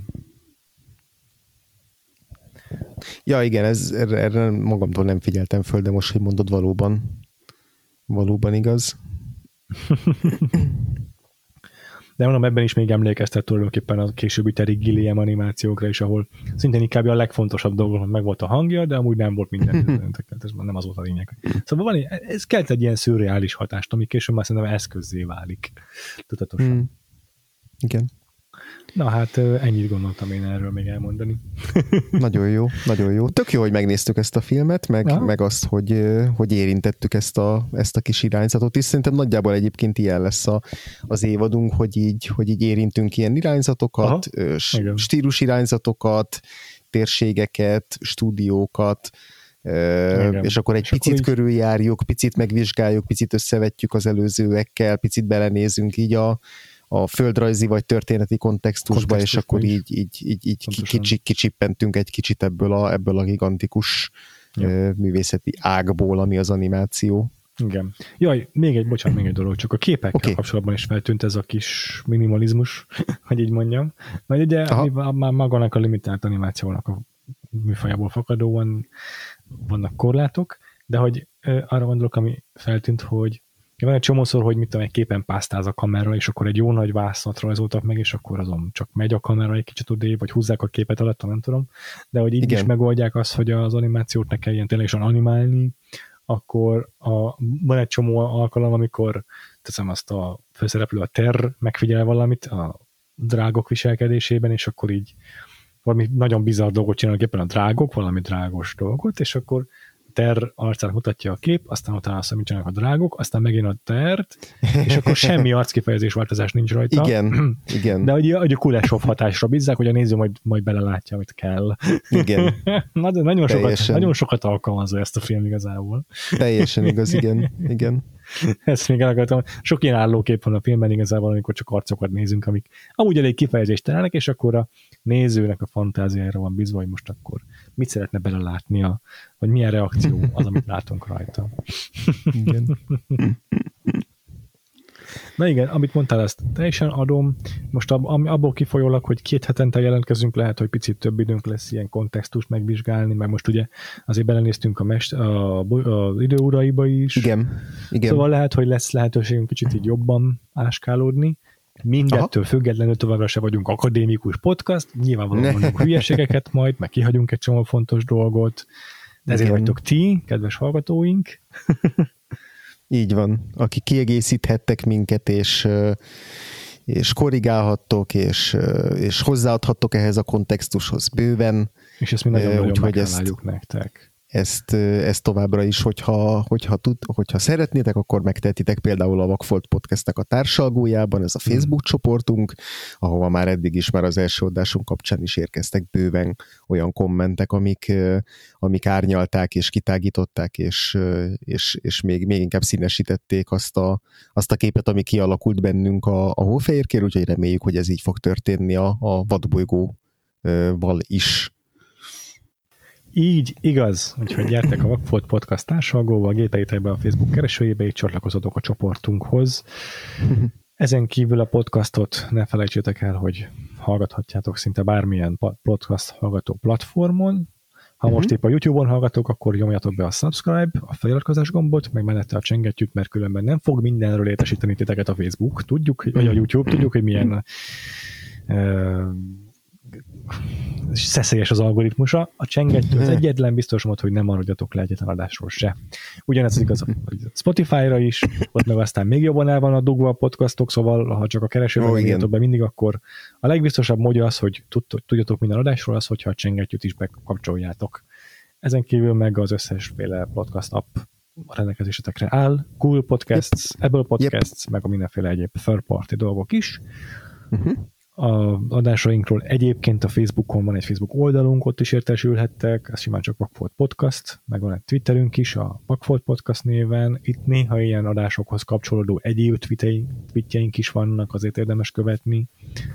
[SPEAKER 2] Ja, igen, ez, erre, erre magamtól nem figyeltem föl, de most, hogy mondod, valóban valóban igaz.
[SPEAKER 1] De mondom, ebben is még emlékeztet tulajdonképpen a későbbi Terry Gilliam animációkra is, ahol szintén inkább a legfontosabb dolog, hogy meg volt a hangja, de amúgy nem volt minden. Ez nem az volt a lényeg. Szóval van, ez kelt egy ilyen szürreális hatást, ami később már szerintem eszközzé válik. Tudatosan. Mm.
[SPEAKER 2] Igen.
[SPEAKER 1] Na hát ennyit gondoltam én erről még elmondani.
[SPEAKER 2] Nagyon jó, nagyon jó. Tök jó, hogy megnéztük ezt a filmet, meg, meg azt, hogy, hogy érintettük ezt a, ezt a kis irányzatot is. Szerintem nagyjából egyébként ilyen lesz a, az évadunk, hogy így, hogy így érintünk ilyen irányzatokat, aha, stílus irányzatokat, térségeket, stúdiókat, igen. És akkor egy és picit akkor körüljárjuk, picit megvizsgáljuk, picit összevetjük az előzőekkel, picit belenézünk így a a földrajzi vagy történeti kontextusba, Kontextus és akkor így, így, így, így kicsi, kicsippentünk egy kicsit ebből a, ebből a gigantikus ja. művészeti ágból, ami az animáció.
[SPEAKER 1] Igen. Jaj, még egy, bocsánat, még egy dolog, csak a képekkel okay. kapcsolatban is feltűnt ez a kis minimalizmus, hogy így mondjam. Mert ugye már magának a limitált animációnak a műfajából fakadóan vannak korlátok, de hogy arra gondolok, ami feltűnt, hogy van egy csomószor, hogy mit tudom, egy képen pásztáz a kamera, és akkor egy jó nagy vászlat rajzoltak meg, és akkor azon csak megy a kamera egy kicsit odébb, vagy húzzák a képet alatt, nem tudom. De hogy így igen. is megoldják azt, hogy az animációt ne kelljen ténylegesen animálni, akkor a, van egy csomó alkalom, amikor teszem azt a főszereplő, a Ter megfigyel valamit a drágok viselkedésében, és akkor így valami nagyon bizarr dolgot csinálnak éppen a drágok, valami drágos dolgot, és akkor Ter arcát mutatja a kép, aztán utána azt, amit csinálnak a drágok, aztán megint a Tert, és akkor semmi arckifejezés változás nincs rajta.
[SPEAKER 2] Igen, igen.
[SPEAKER 1] De hogy, hogy a Kuleshov hatásra bízzák, hogy a néző majd, majd belelátja, amit kell.
[SPEAKER 2] Igen.
[SPEAKER 1] nagyon, nagyon, sokat, nagyon sokat alkalmazza ezt a film igazából.
[SPEAKER 2] Teljesen igaz, igen. igen.
[SPEAKER 1] Ezt még el akartam. Sok ilyen állókép van a filmben igazából, amikor csak arcokat nézünk, amik amúgy elég kifejezéstelenek, és akkor a nézőnek a fantáziára van bízva, hogy most akkor mit szeretne belelátnia, vagy milyen reakció az, amit látunk rajta.
[SPEAKER 2] Igen.
[SPEAKER 1] Na igen, amit mondtál, ezt teljesen adom. Most ab, abból kifolyólag, hogy két hetente jelentkezünk, lehet, hogy picit több időnk lesz ilyen kontextust megvizsgálni, mert most ugye azért belenéztünk a mest, a, az időuraiba is.
[SPEAKER 2] Igen. igen.
[SPEAKER 1] Szóval lehet, hogy lesz lehetőségünk kicsit így jobban áskálódni. Mindettől aha. függetlenül továbbra se vagyunk akadémikus podcast, nyilvánvalóan mondunk hülyeségeket majd, meg kihagyunk egy csomó fontos dolgot, de ezért igen. vagytok ti, kedves hallgatóink.
[SPEAKER 2] Így van, akik kiegészíthettek minket, és, és korrigálhattok, és, és hozzáadhattok ehhez a kontextushoz bőven.
[SPEAKER 1] És ezt mi nagyon-nagyon megtaláljuk nektek.
[SPEAKER 2] Ezt, ezt továbbra is, hogyha, hogyha, tud, hogyha szeretnétek, akkor megtehetitek például a Vagfolt Podcastnek a társalgójában, ez a Facebook hmm. csoportunk, ahova már eddig is, már az első adásunk kapcsán is érkeztek bőven olyan kommentek, amik, amik árnyalták és kitágították, és, és, és még, még inkább színesítették azt a, azt a képet, ami kialakult bennünk a, a Hófehérkér, úgyhogy reméljük, hogy ez így fog történni a, a vadbolygóval is.
[SPEAKER 1] Így, igaz. Úgyhogy gyertek a Vagfolt Podcast társalgóval, gépeitek be a Facebook keresőjébe, így csatlakozzatok a csoportunkhoz. Ezen kívül a podcastot ne felejtsétek el, hogy hallgathatjátok szinte bármilyen podcast hallgató platformon. Ha uh-huh. most épp a YouTube-on hallgatók, akkor nyomjatok be a subscribe, a feliratkozás gombot, meg mellette a csengettyűt, mert különben nem fog mindenről értesíteni titeket a Facebook. Tudjuk, vagy a YouTube, tudjuk, hogy milyen uh, szeszélyes az algoritmusa. A csengettyű az egyetlen biztos mód, hogy nem maradjatok le egyetlen adásról se. Ugyanez igaz a Spotify-ra is, ott meg aztán még jobban el van a dugva a podcastok, szóval ha csak a keresőben oh, írjátok be mindig, akkor a legbiztosabb módja az, hogy tudjatok minden adásról, az, hogyha a csengettyűt is bekapcsoljátok. Ezen kívül meg az összesféle podcast app a rendelkezésetekre áll, Google Podcasts, yep. Apple Podcasts, yep. meg a mindenféle egyéb third party dolgok is.
[SPEAKER 2] Uh-huh.
[SPEAKER 1] A adásainkról egyébként a Facebookon van egy Facebook oldalunk, ott is értesülhettek, ez simán csak Vagfolt Podcast, meg van egy Twitterünk is, a Vagfolt Podcast néven. Itt néha ilyen adásokhoz kapcsolódó egyéb tweetjeink is vannak, azért érdemes követni.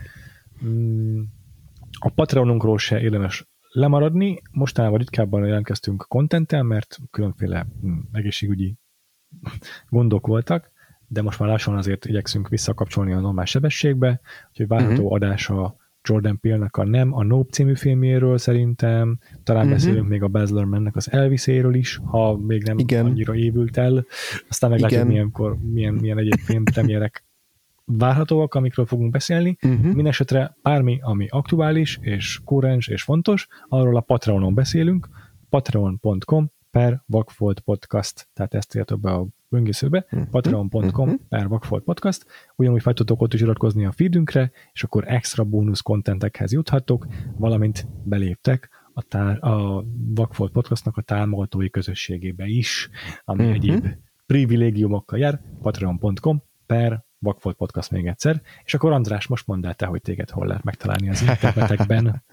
[SPEAKER 1] A Patreonunkról se érdemes lemaradni, mostanában ritkábban jelentkeztünk contenttel, mert különféle egészségügyi gondok voltak, de most már lassan azért igyekszünk visszakapcsolni a normál sebességbe, úgyhogy várható uh-huh. adás a Jordan Peele-nek a Nem, a Nope című filmjéről szerintem, talán uh-huh. beszélünk még a Baz Luhrmannnek az Elviséről is, ha még nem Igen. annyira évült el, aztán meglátjuk milyenkor, milyen, milyen egyéb filmpremierek várhatóak, amikről fogunk beszélni. Uh-huh. Mindenesetre bármi, ami aktuális és kurrens és fontos, arról a Patreonon beszélünk, patreon pont com per Vagfolt Podcast, tehát ezt írtok be a böngészőbe, uh-huh. patreon pont com uh-huh. per Vagfolt Podcast, ugyanúgy fel tudtok ott is iratkozni a feedünkre, és akkor extra bónusz kontentekhez juthattok, valamint beléptek a, tá- a Vagfolt Podcastnak a támogatói közösségébe is, ami uh-huh. egyéb privilégiumokkal jár, patreon pont com per Vagfolt Podcast még egyszer, és akkor András, most mondd el te, hogy téged hol lehet megtalálni az internetekben.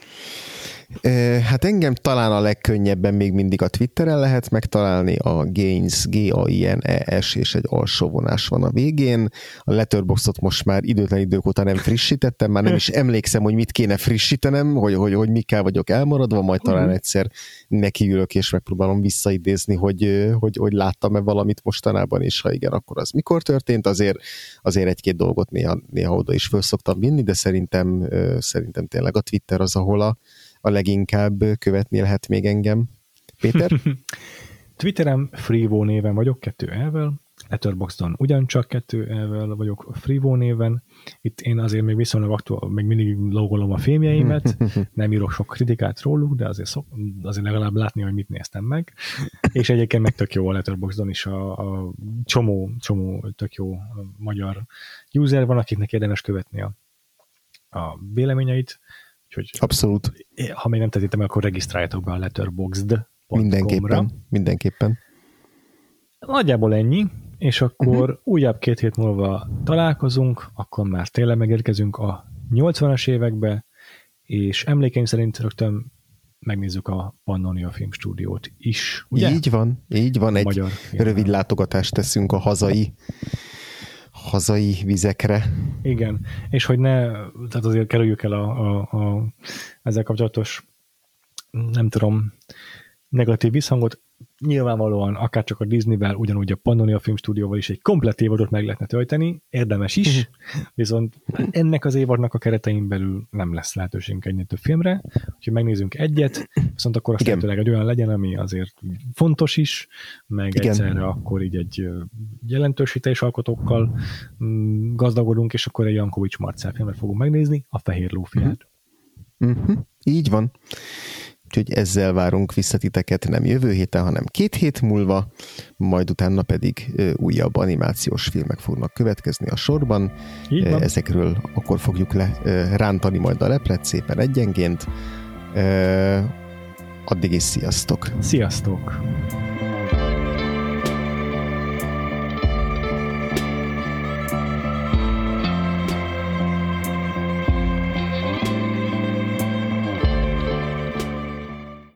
[SPEAKER 2] Hát engem talán a legkönnyebben még mindig a Twitteren lehet megtalálni, a Gaines, G A I N E S, és egy alsó vonás van a végén. A Letterboxdot most már időtlen idők óta nem frissítettem, már nem is emlékszem, hogy mit kéne frissítenem, hogy, hogy, hogy mikkel vagyok elmaradva, majd talán egyszer nekiülök, és megpróbálom visszaidézni, hogy, hogy, hogy láttam-e valamit mostanában, és ha igen, akkor az mikor történt. Azért, azért egy-két dolgot néha, néha oda is föl szoktam vinni, de szerintem, szerintem tényleg a Twitter az, ahol a a leginkább követni lehet még engem. Péter?
[SPEAKER 1] Twitteren Freevo néven vagyok, kettő elvel, Letterboxdon ugyancsak kettő elvel vagyok Freevo néven. Itt én azért még viszonylag aktuál, még mindig logolom a filmjeimet, nem írok sok kritikát róluk, de azért, szok, azért legalább látni, hogy mit néztem meg. És egyébként meg tök jó a Letterboxdon is a, a csomó, csomó tök jó magyar user van, akiknek érdemes követni a, a véleményeit. Úgyhogy,
[SPEAKER 2] abszolút.
[SPEAKER 1] Ha még nem tettétem, akkor regisztráljatok be a letterboxd pont com-ra.
[SPEAKER 2] Mindenképpen, mindenképpen.
[SPEAKER 1] Nagyjából ennyi, és akkor uh-huh. újabb két hét múlva találkozunk, akkor már tényleg megérkezünk a nyolcvanas évekbe, és emlékeim szerint rögtön megnézzük a Pannonia Filmstúdiót is. Ugye?
[SPEAKER 2] Így van, így van. A egy rövid látogatást teszünk a hazai hazai vizekre.
[SPEAKER 1] Igen, és hogy ne, tehát azért kerüljük el a, a, a ezzel kapcsolatos, nem tudom, negatív visszhangot. Nyilvánvalóan akárcsak a Disneyvel, ugyanúgy a Pannonia Filmstúdióval is egy komplett évadot meg lehetne tölteni, érdemes is, viszont ennek az évadnak a keretein belül nem lesz lehetőségünk egynél több filmre, úgyhogy megnézzünk egyet, viszont akkor azt lehetőleg egy olyan legyen, ami azért fontos is, meg Igen. egyszerre akkor így egy jelentősítés alkotókkal gazdagodunk, és akkor egy Jankovics Marcel filmet fogunk megnézni, a Fehér lófiát.
[SPEAKER 2] Uh-huh. Így van. Úgyhogy ezzel várunk vissza titeket nem jövő héten, hanem két hét múlva, majd utána pedig újabb animációs filmek fognak következni a sorban. Ezekről akkor fogjuk le, rántani majd a leplet szépen egyenként. Addig is sziasztok!
[SPEAKER 1] Sziasztok!